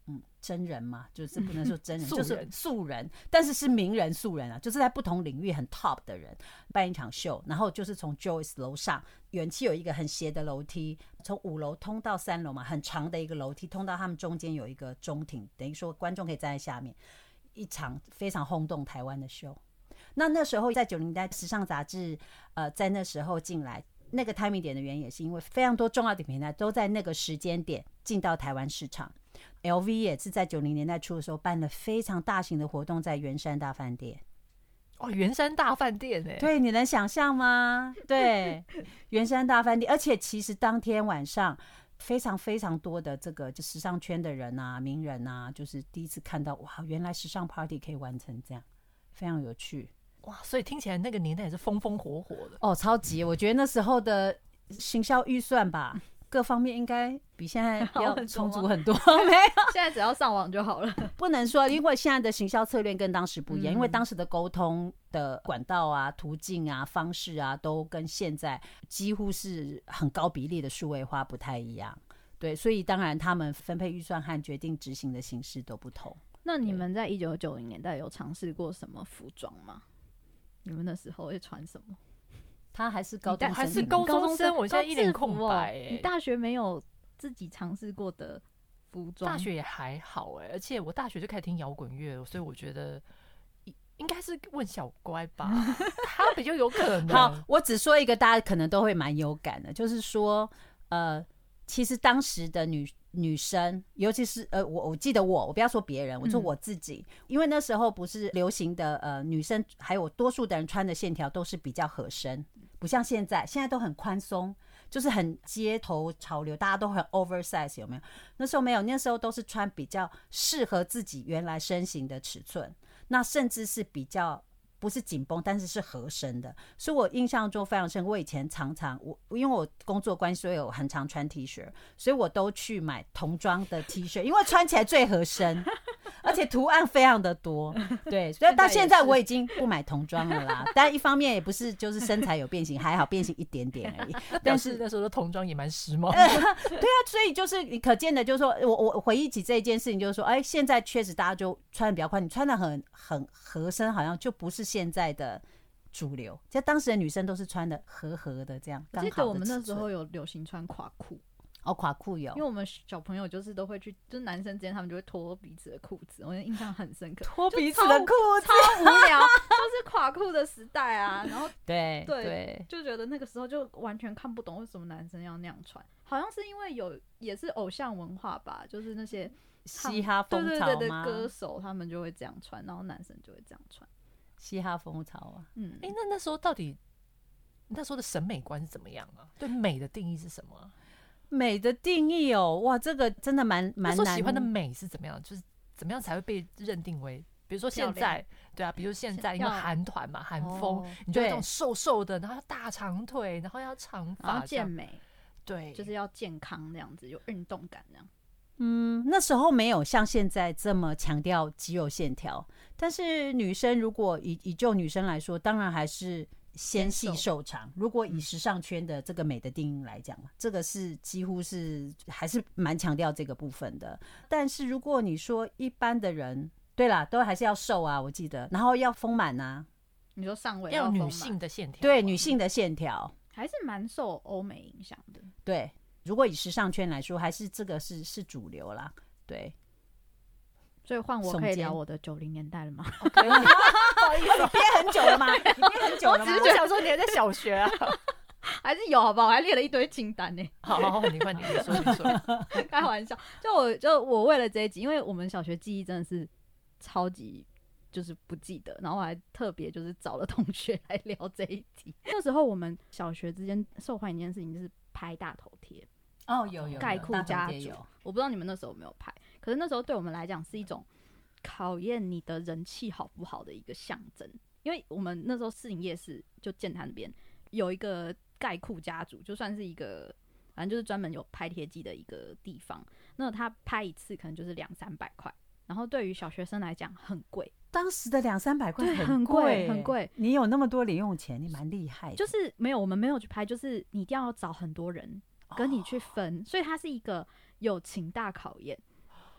真人嘛，就是不能说真人， 素人就是素人，但是是名人素人啊，就是在不同领域很 top 的人办一场秀，然后就是从 Joyce 楼上远期有一个很斜的楼梯，从5楼通到3楼嘛，很长的一个楼梯，通到他们中间有一个中庭，等于说观众可以站在下面，一场非常轰动台湾的秀。那时候在90年代时尚杂志在那时候进来，那个 timing 点的原因也是因为非常多重要的品牌都在那个时间点进到台湾市场。LV 也是在90年代初的时候办了非常大型的活动在圆山大饭店。 哦，圆山大饭店对，你能想象吗？对，圆山大饭店，而且其实当天晚上非常非常多的这个就时尚圈的人啊、名人啊，就是第一次看到哇，原来时尚 party 可以玩成这样，非常有趣。 哇，所以听起来那个年代也是风风火火的哦，超级！我觉得那时候的行销预算吧，各方面应该比现在要充足很多。没有， 现在只要上网就好了。 不能说，因为现在的行销策略跟当时不一样，因为当时的沟通的管道啊、途径啊、方式啊，都跟现在几乎是很高比例的数位化不太一样。对，所以当然他们分配预算和决定执行的形式都不同。 那你们在1990年代有尝试过什么服装吗？你们那时候会穿什么？ 他还是高中生， 还是高中生？我现在一脸空白你大学没有自己尝试过的服装？ 大学也还好而且我大学就开始听摇滚乐，所以我觉得应该是问小乖吧，他比较有可能。 好，我只说一个大家可能都会蛮有感的，就是说，其实当时的女生，尤其是我记得我不要说别人，我说我自己，因为那时候不是流行的女生，还有多数的人穿的线条都是比较合身，不像现在都很宽松，就是很街头潮流，大家都很 oversize， 有没有？那时候没有，那时候都是穿比较适合自己原来身形的尺寸，那甚至是比较不是紧绷，但是是合身的。所以我印象中非常深，我以前常常因为我工作关系，所以我很常穿 T 恤，所以我都去买童装的 T 恤，因为穿起来最合身，而且图案非常的多。对，所以到现在我已经不买童装了啦。但一方面也不是就是身材有变形，还好变形一点点而已。 但是那时候的童装也蛮时髦。 对啊，所以就是你可见的，就是说我回忆起这一件事情，就是说，现在确实大家就穿的比较宽，你穿的很合身，好像就不是现在的主流。在当时的女生都是穿的合的这样。 我记得我们那时候有流行穿垮裤。 哦，垮裤有， 因为我们小朋友就是都会去，就是男生之间他们就会脱彼此的裤子，我印象很深刻。 脱彼此的裤子， 超无聊，就是垮裤的时代啊。然后对， 就觉得那个时候就完全看不懂为什么男生要那样穿，好像是因为也是偶像文化吧，就是那些嘻哈风潮吗？ 对，歌手他们就会这样穿，然后男生就会这样穿。 嘻哈风潮啊， 那时候到底那时候的审美观是怎么样啊？对美的定义是什么啊？ 美的定义哦，哇，这个真的蛮难。 那时候喜欢的美是怎么样？就是怎么样才会被认定为？比如说现在，对啊，比如现在因为韩团嘛，韩风，你就那种瘦瘦的，然后要大长腿，然后要长发， 然后健美， 对， 就是要健康那样子，有运动感那样。 那时候没有像现在这么强调肌肉线条，但是女生如果以就女生来说，当然还是纤细瘦长。如果以时尚圈的这个美的定义来讲，这个是几乎是还是蛮强调这个部分的。但是如果你说一般的人，对啦，都还是要瘦啊，我记得，然后要丰满啊。 你说上围要女性的线条， 对，女性的线条还是蛮受欧美影响的。 对，如果以时尚圈来说，还是这个是主流啦。对。 所以换我可以聊我的90年代了吗？ 可以，不好意思，你憋很久了吗？你憋很久了吗？ 我只是想说你还在小学啊， 还是有好不好？我还列了一堆清单呢。 好，你快点说。 开玩笑，就我为了这一集，因为我们小学记忆真的是超级就是不记得，然后我还特别就是找了同学来聊这一题。那时候我们小学之间受欢迎一件事情就是拍大头贴。 哦，有盖库家族，我不知道你们那时候有没有拍，可是那时候对我们来讲是一种考验你的人气好不好的一个象征。因为我们那时候士林夜市就建潭那边有一个盖库家族，就算是一个反正就是专门有拍贴机的一个地方，那他拍一次可能就是200-300块，然后对于小学生来讲很贵。 当时的200-300块很贵，很贵。 你有那么多零用钱，你蛮厉害的。 就是没有，我们没有去拍，就是你一定要找很多人跟你去分，所以它是一个友情大考验。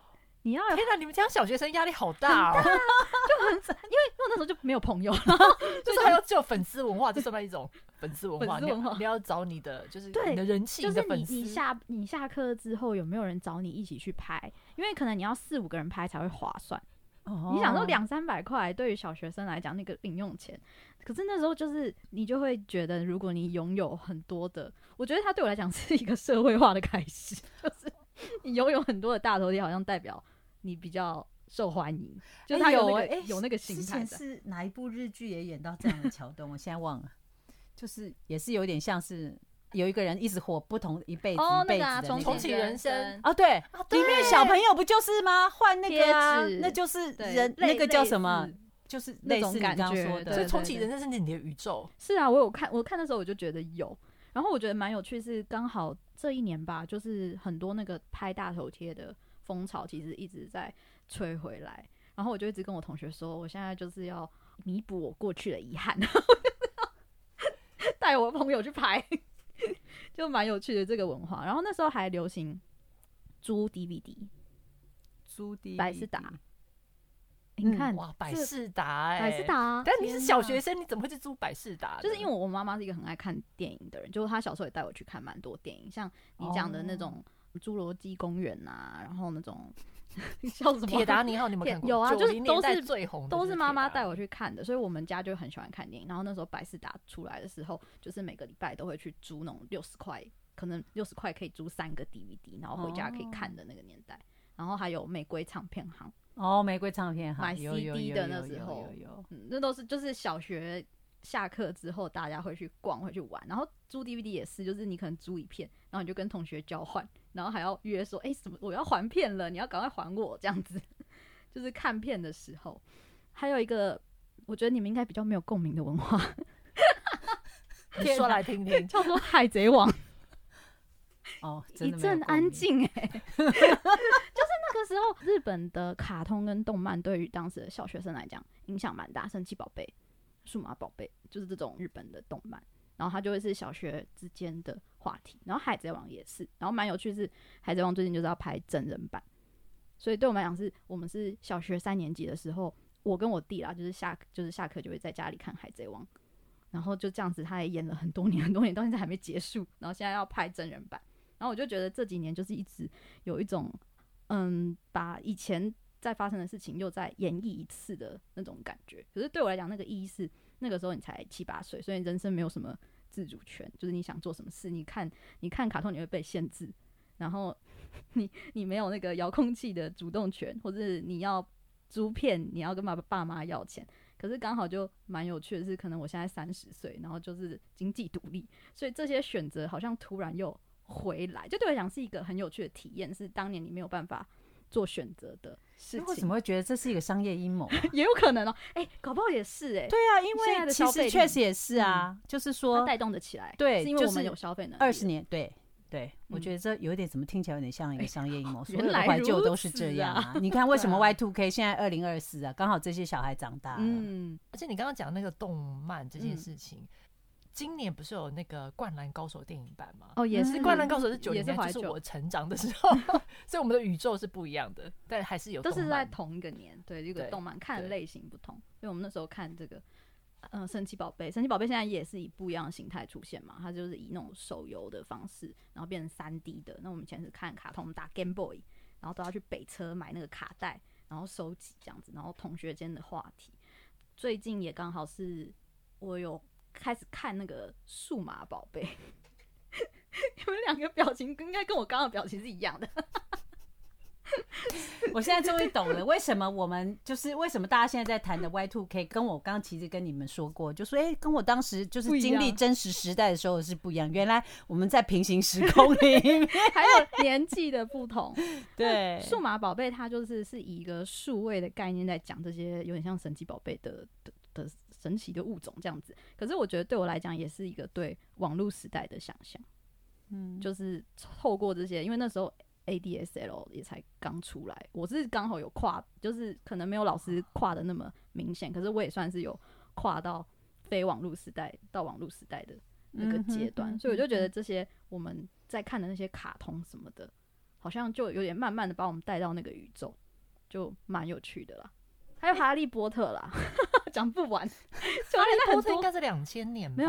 你要天哪，你们家小学生压力好大哦， 就很，因为我那时候就没有朋友， 就是还要救粉丝文化，这算不算一种粉丝文化？ 粉丝文化你要找你的就是对你的人气， 就是你的粉丝。 你下课之后有没有人找你一起去拍？因为可能你要4-5个人拍才会划算。你想说200-300块对于小学生来讲那个零用钱，可是那时候就是你就会觉得，如果你拥有很多的，我觉得它对我来讲是一个社会化的开始，就是你拥有很多的大头贴，好像代表你比较受欢迎，就是他有那个心态。 之前是哪一部日剧也演到这样的桥段，我现在忘了，就是也是有点像是。有一个人一直活不同一辈子一辈子的重启人生哦，对，里面小朋友不就是吗？换那个啊，那就是人那个叫什么？就是类似你刚刚说的， 所以重启人生是你的宇宙。 是啊，我看的时候我就觉得有，然后我觉得蛮有趣，是刚好这1年吧，就是很多那个拍大头贴的风潮其实一直在吹回来，然后我就一直跟我同学说，我现在就是要弥补我过去的遗憾，带我朋友去拍。就蛮有趣的这个文化，然后那时候还流行租 DVD， 百视达。你看， 哇，百视达百视达， 但你是小学生，你怎么会去租百视达？ 就是因为我妈妈是一个很爱看电影的人，就是她小时候也带我去看蛮多电影，像你讲的那种《侏罗纪公园》啊，然后那种叫什么铁达尼号，你有没有看过？ 有啊，就是都是妈妈带我去看的，所以我们家就很喜欢看电影。然后那时候百视达出来的时候，就是每个礼拜都会去租那种60块，可能60块可以租3个 DVD， 然后回家可以看的那个年代。然后还有玫瑰唱片行， 玫瑰唱片行买 CD 的那时候，那都是就是小学下课之后大家会去逛会去玩，然后租 DVD 也是，就是你可能租一片，然后你就跟同学交换，然后还要约说，什么我要还片了，你要赶快还我这样子。就是看片的时候，还有一个我觉得你们应该比较没有共鸣的文化， 你说来听听， 叫做海贼王。 一阵安静就是那个时候日本的卡通跟动漫对于当时的小学生来讲影响蛮大，神奇宝贝、数码宝贝就是这种日本的动漫，然后它就会是小学之间的话题，然后海贼王也是，然后蛮有趣是海贼王最近就是要拍真人版，所以对我们来讲是我们是小学3年级的时候，我跟我弟啦就是下课就会在家里看海贼王，然后就这样子他也演了很多年到现在还没结束，然后现在要拍真人版，然后我就觉得这几年就是一直有一种把以前在发生的事情又再演绎一次的那种感觉。可是对我来讲，那个意义是那个时候你才7-8岁，所以人生没有什么自主权，就是你想做什么事，你看卡通你会被限制，然后你没有那个遥控器的主动权，或者是你要租片你要跟爸妈要钱。可是刚好就蛮有趣的是，可能我现在30岁，然后就是经济独立，所以这些选择好像突然又回来，就对我来讲是一个很有趣的体验，是当年你没有办法做选择的事情。 为什么会觉得这是一个商业阴谋？ 也有可能搞不好也是对啊，因为其实确实也是啊，就是说带动的起来， 对， 是因为我们有消费能力 ，20年，对，我觉得这有点怎么听起来有点像一个商业阴谋，所有的怀旧都是这样啊。你看为什么 Y2K 现在2024啊，刚好这些小孩长大了。 而且你刚刚讲那个动漫这件事情。今年不是有那个《灌篮高手》电影版吗？ 也是 《灌篮高手》是90年代，就是我成长的时候，所以我们的宇宙是不一样的，但还是有动漫， 都是在同一个年。对，这个动漫看的类型不同，所以我们那时候看这个神奇宝贝现在也是以不一样的形态出现嘛，它就是以那种手游的方式，然后变成3D 的。那我们以前是看卡通，打 Game Boy， 然后都要去北车买那个卡带，然后收集这样子，然后同学间的话题。最近也刚好是我有开始看那个数码宝贝，你们2个表情应该跟我刚刚的表情是一样的。 我现在终于懂了，为什么为什么大家现在在谈的 Y2K， 跟我刚刚其实跟你们说过，就说跟我当时就是经历真实时代的时候是不一样。原来我们在平行时空里面， 还有年纪的不同。 对， 数码宝贝它就是以一个数位的概念在讲这些有点像神奇宝贝的神奇的物种这样子。可是我觉得对我来讲也是一个对网络时代的想象。就是透过这些，因为那时候ADSL 也才刚出来，我是刚好有跨，就是可能没有老师跨的那么明显，可是我也算是有跨到非网络时代到网络时代的那个阶段，所以我就觉得这些我们在看的那些卡通什么的，好像就有点慢慢的把我们带到那个宇宙， 就蛮有趣的啦。还有哈利波特啦，讲不完。 哈利波特应该是2000年吧？ 没有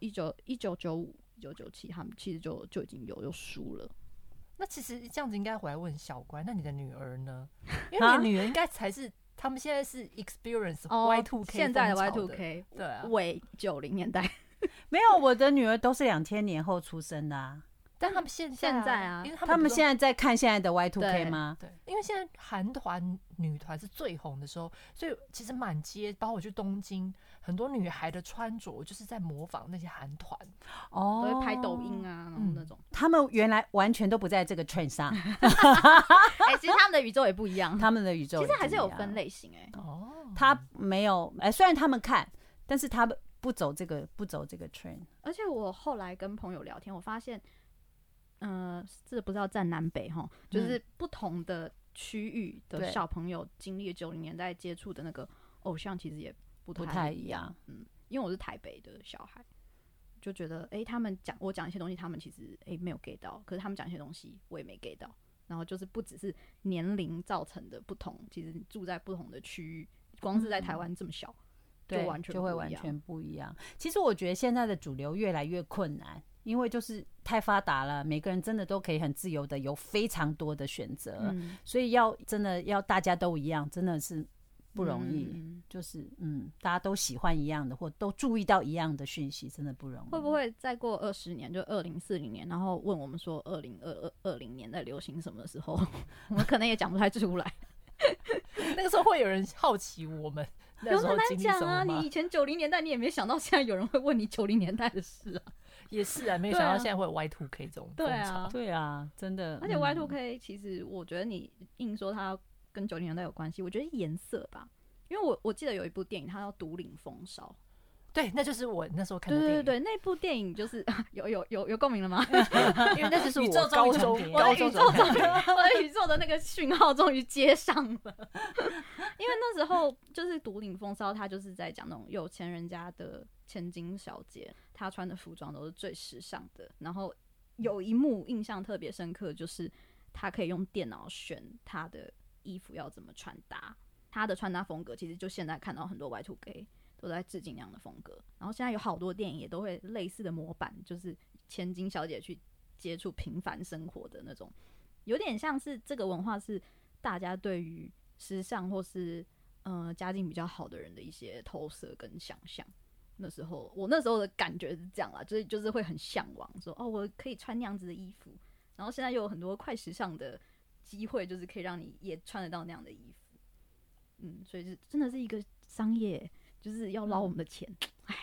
，1995、1997，他们其实就已经有书了。 那其实这样子应该回来问小乖，那你的女儿呢？因为你的女儿应该才是他们现在是 experience Y2K 现在的 Y2K， 对啊， 伪90年代。 没有，我的女儿都是2000年后出生的啊。 但他们现在啊， 因为他们现在在看现在的 Y2K 吗？ 对，因为现在韩团女团是最红的时候，所以其实满街，包括我去东京，很多女孩的穿着就是在模仿那些韩团， 都会拍抖音啊，然后那种。 他们原来完全都不在这个 trend 上。 其实他们的宇宙也不一样， 他们的宇宙其实还是有分类型他没有虽然他们看，但是他不走这个 trend。 而且我后来跟朋友聊天，我发现。这不知道占南北哈，就是不同的区域的小朋友经历90年代接触的那个偶像，其实也不太一样。因为我是台北的小孩，就觉得他们我讲一些东西，他们其实没有 get 到，可是他们讲一些东西我也没 get 到。然后就是不只是年龄造成的不同，其实住在不同的区域，光是在台湾这么小，就会完全不一样。 其实我觉得现在的主流越来越困难。因为就是太发达了，每个人真的都可以很自由的有非常多的选择，所以真的要大家都一样，真的是不容易。就是大家都喜欢一样的，或都注意到一样的讯息，真的不容易。 会不会再过20年，就2040年，然后问我们说2020年在流行什么的时候，我们可能也讲不太出来。 那个时候会有人好奇我们那时候经历什么吗？ 有很难讲啊！你以前90年代，你也没想到现在有人会问你90年代的事啊。 也是啊，没有想到现在会有 Y2K 这种风潮。 对啊，真的。 而且 Y2K 其实我觉得你硬说它跟90年代有关系，我觉得颜色吧，因为我记得有一部电影，它叫《独领风骚》。 对，那就是我那时候看的电影。 对，那部电影就是有共鸣了吗？ 因为那就是我高中我的宇宙的那个讯号终于接上了。因为那时候就是《独领风骚》，它就是在讲那种有钱人家的千金小姐，她穿的服装都是最时尚的。然后有一幕印象特别深刻，就是她可以用电脑选她的衣服要怎么穿搭，她的穿搭风格其实就现在看到很多 Y2K。都在致敬那样的风格，然后现在有好多电影也都会类似的模板，就是千金小姐去接触平凡生活的那种，有点像是这个文化是大家对于时尚或是家境比较好的人的一些投射跟想象。我那时候的感觉是这样啦，就是会很向往说我可以穿那样子的衣服，然后现在又有很多快时尚的机会，就是可以让你也穿得到那样的衣服。所以真的是一个商业。就是要捞我们的钱，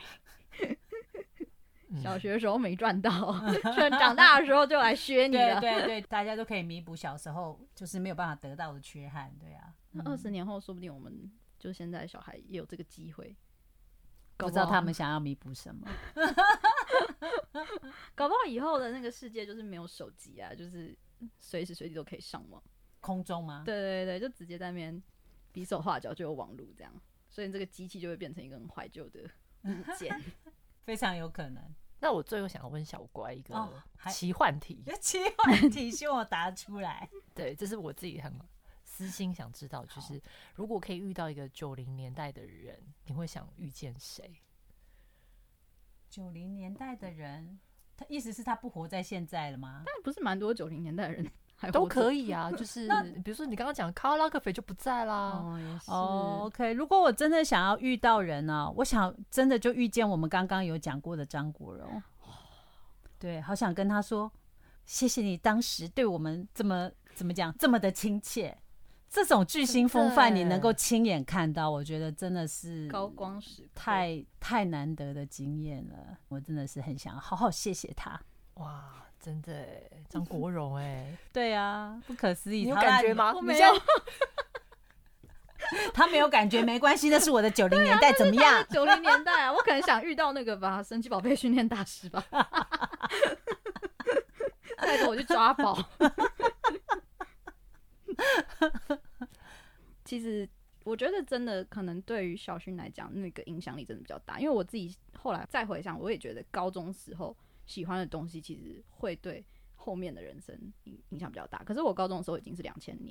小学的时候没赚到，长大的时候就来削你了。 对，大家都可以弥补小时候就是没有办法得到的缺憾，对啊。 那20年后，说不定我们就现在小孩也有这个机会， 不知道他们想要弥补什么。 搞不好以后的那个世界就是没有手机啊，就是随时随地都可以上网， 空中吗？ 对，就直接在那边比手画脚就有网路这样。所以这个机器就会变成一个很怀旧的物件， 非常有可能。 那我最后想要问小乖一个奇幻题， 奇幻题希望我答出来。 对，这是我自己很私心想知道，就是如果可以遇到一个90年代的人，你会想遇见谁 ？90年代的人，他意思是他不活在现在了吗？ 但不是蛮多90年代的人。 都可以啊，就是比如说你刚刚讲卡拉克菲就不在啦。 OK， 如果我真的想要遇到人呢，我想真的就遇见我们刚刚有讲过的张国荣。对，好想跟他说，谢谢你当时对我们怎么讲这么的亲切，这种巨星风范你能够亲眼看到，我觉得真的是高光时刻， 太难得的经验了。我真的是很想好好谢谢他。 哇。真的张国荣对啊，不可思议。 你有感觉吗？ 我没有。 他没有感觉没关系，那是我的90年代怎么样 ？90年代啊，我可能想遇到那个吧，神奇宝贝训练大师吧，带着我去抓宝。其实我觉得真的可能对于小薰来讲，那个影响力真的比较大，因为我自己后来再回想，我也觉得高中时候喜欢的东西其实会对后面的人生影响比较大。可是我高中的时候已经是2000年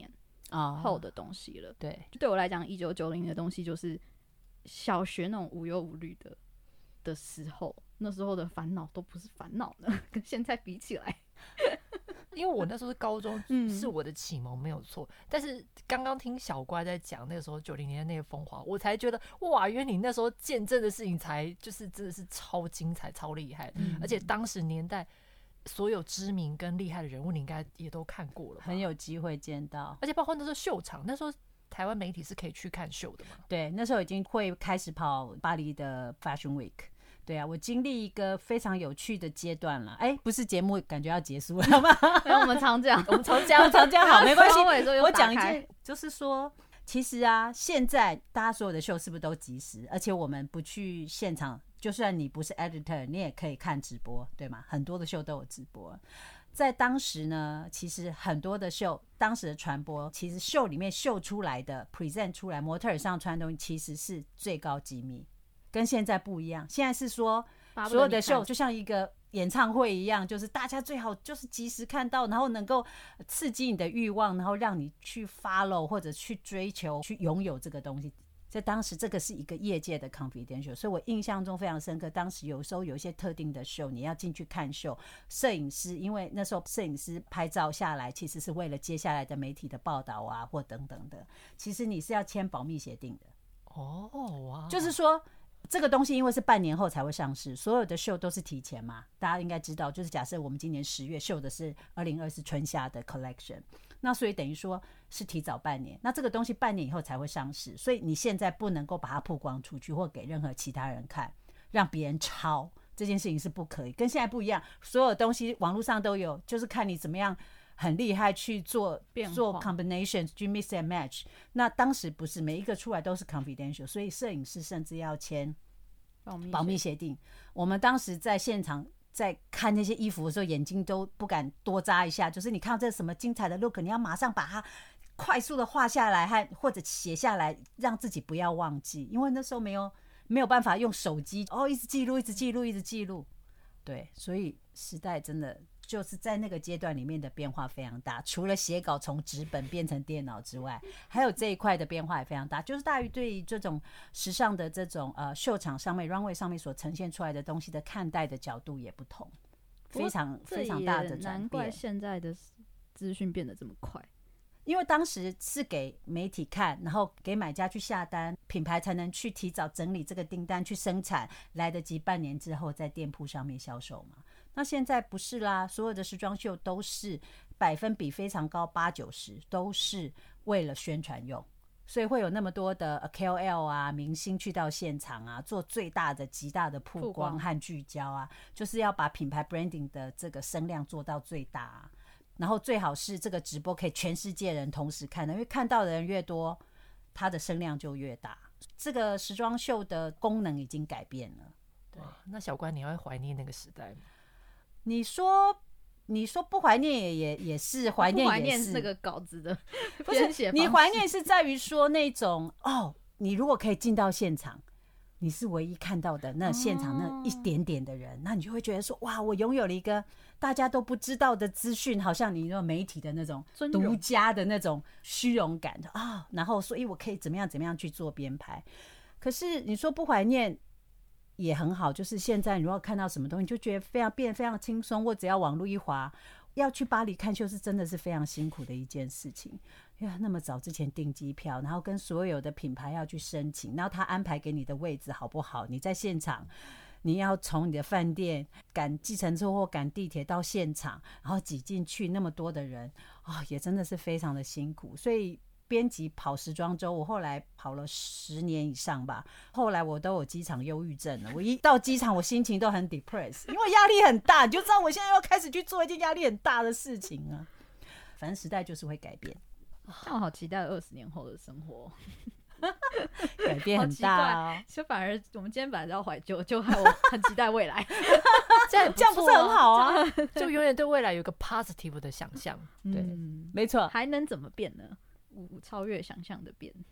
后的东西了。 对， 就对我来讲，1990的东西就是小学那种无忧无虑的时候，那时候的烦恼都不是烦恼了，跟现在比起来。 因为我那时候是高中，是我的启蒙没有错。但是刚刚听小乖在讲那个时候90年代那个风华，我才觉得哇，原来你那时候见证的事情才就是真的是超精彩、超厉害。而且当时年代所有知名跟厉害的人物，你应该也都看过了吧， 很有机会见到。 而且包括那时候秀场，那时候台湾媒体是可以去看秀的嘛？ 对，那时候已经会开始跑巴黎的 Fashion Week。对啊，我经历一个非常有趣的阶段了。不是节目感觉要结束了吗？ 我们常讲， 我们常讲好，没关系。我讲一件， 件，就是说，其实啊，现在大家所有的秀是不是都即时？而且我们不去现场，就算你不是 editor， 你也可以看直播，对吗？很多的秀都有直播。在当时呢，其实很多的秀，当时的传播，其实秀里面秀出来的 present 出来，模特儿上穿的东西其实是最高机密。跟现在不一样，现在是说所有的秀就像一个演唱会一样，就是大家最好就是及时看到，然后能够刺激你的欲望，然后让你去 follow 或者去追求、去拥有这个东西。在当时，这个是一个业界的 confidential， 所以我印象中非常深刻。当时有时候有一些特定的秀，你要进去看秀，摄影师因为那时候摄影师拍照下来，其实是为了接下来的媒体的报道啊，或等等的。其实你是要签保密协定的。 哇， 就是说。这个东西因为是半年后才会上市，所有的秀都是提前嘛，大家应该知道。就是假设我们今年10月秀的是2024春夏的 collection， 那所以等于说是提早半年。那这个东西半年以后才会上市，所以你现在不能够把它曝光出去或给任何其他人看，让别人抄，这件事情是不可以。跟现在不一样，所有东西网络上都有，就是看你怎么样很厉害去做 combination 去 mix and match。 那当时不是每一个出来都是 confidential， 所以摄影师甚至要签保密协定。我们当时在现场在看那些衣服的时候，眼睛都不敢多眨一下，就是你看到这什么精彩的 look， 你要马上把它快速的画下来或者写下来，让自己不要忘记。因为那时候没有办法用手机一直记录一直记录一直记录。对，所以时代真的就是在那个阶段里面的变化非常大，除了写稿从纸本变成电脑之外，还有这一块的变化也非常大。就是大于对于这种时尚的这种秀场上面 runway 上面所呈现出来的东西的看待的角度也不同，非常非常大的转变。 难怪现在的资讯变得这么快， 因为当时是给媒体看，然后给买家去下单，品牌才能去提早整理这个订单去生产，来得及半年之后在店铺上面销售嘛。那现在不是啦，所有的时装秀都是百分比非常高，80-90%都是为了宣传用，所以会有那么多的 KOL 啊明星去到现场啊，做最大的极大的曝光和聚焦啊，就是要把品牌 branding 的这个声量做到最大啊。然后最好是这个直播可以全世界人同时看的，因为看到的人越多，它的声量就越大。这个时装秀的功能已经改变了。对， 那小关，你会怀念那个时代吗？ 你说不怀念也是怀念，也是怀念这个稿子的编写方式。你怀念是在于说那种你如果可以进到现场，你是唯一看到的那现场那一点点的人，那你就会觉得说哇，我拥有了一个大家都不知道的资讯，好像你那种媒体的那种独家的那种虚荣感然后所以我可以怎么样去做编排。可是你说不怀念也很好，就是现在你如果看到什么东西，你就觉得变得非常轻松。我只要网络一滑，要去巴黎看秀是真的是非常辛苦的一件事情。那么早之前订机票，然后跟所有的品牌要去申请，然后他安排给你的位置好不好？你在现场，你要从你的饭店赶计程车或赶地铁到现场，然后挤进去那么多的人也真的是非常的辛苦。所以编辑跑时装周，我后来跑了10年以上吧，后来我都有机场忧郁症了。我一到机场我心情都很 depressed， 因为压力很大，你就知道我现在要开始去做一件压力很大的事情啊。反正时代就是会改变， 我好期待20年后的生活。 改变很大就反而我们今天本来要怀旧，就害我很期待未来。 这样不是很好啊？ 就永远对未来有一个 positive 的想象。对， 没错。 还能怎么变呢？超越想象的变。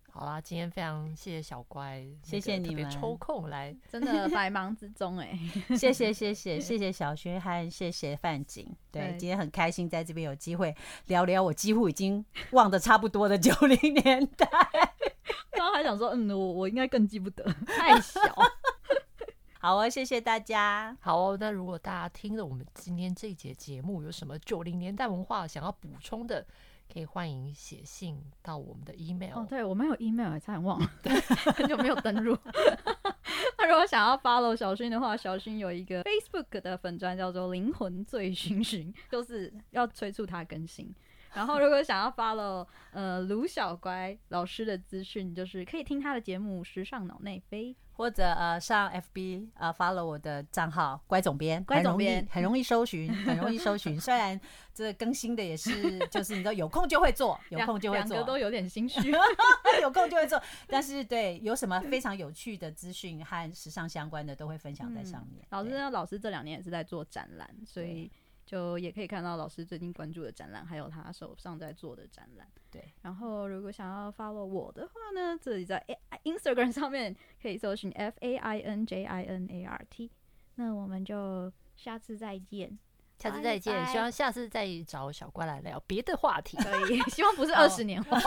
好啦，今天非常谢谢小乖， 谢谢你们特别抽空来， 真的百忙之中谢谢小薰和谢谢范景，对，今天很开心在这边有机会聊聊我几乎已经忘得差不多的90年代。 刚刚还想说，我应该更记不得，太小。 好哦，谢谢大家。 好哦，那如果大家听了我们今天这一节节目，有什么90年代文化想要补充的，可以欢迎写信到我们的 email。 对，我们有 email， 差点忘了，很久没有登入。那如果想要 follow 小薰的话，小薰有一个 Facebook 的粉专叫做灵魂醉醺醺，就是要催促他更新。然后如果想要 follow 卢小乖老师的资讯，就是可以听他的节目《时尚脑内飞》， 或者上 FB follow 我的账号乖总编，很容易搜寻，很容易搜寻。虽然这个更新的也是，就是你知道有空就会做，有空就会做， 两个都有点心虚， 有空就会做。但是对，有什么非常有趣的资讯和时尚相关的，都会分享在上面。 老师这2年也是在做展览，所以就也可以看到老师最近关注的展览，还有他手上在做的展览。 对， 然后如果想要 follow 我的话呢，这里在 Instagram 上面可以搜寻 FAINJINART。那我们就下次再见， 下次再见，拜拜，希望下次再找小乖来聊别的话题。 可以，希望不是20年后。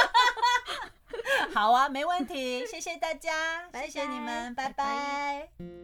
好啊，没问题，谢谢大家，谢谢你们，拜拜。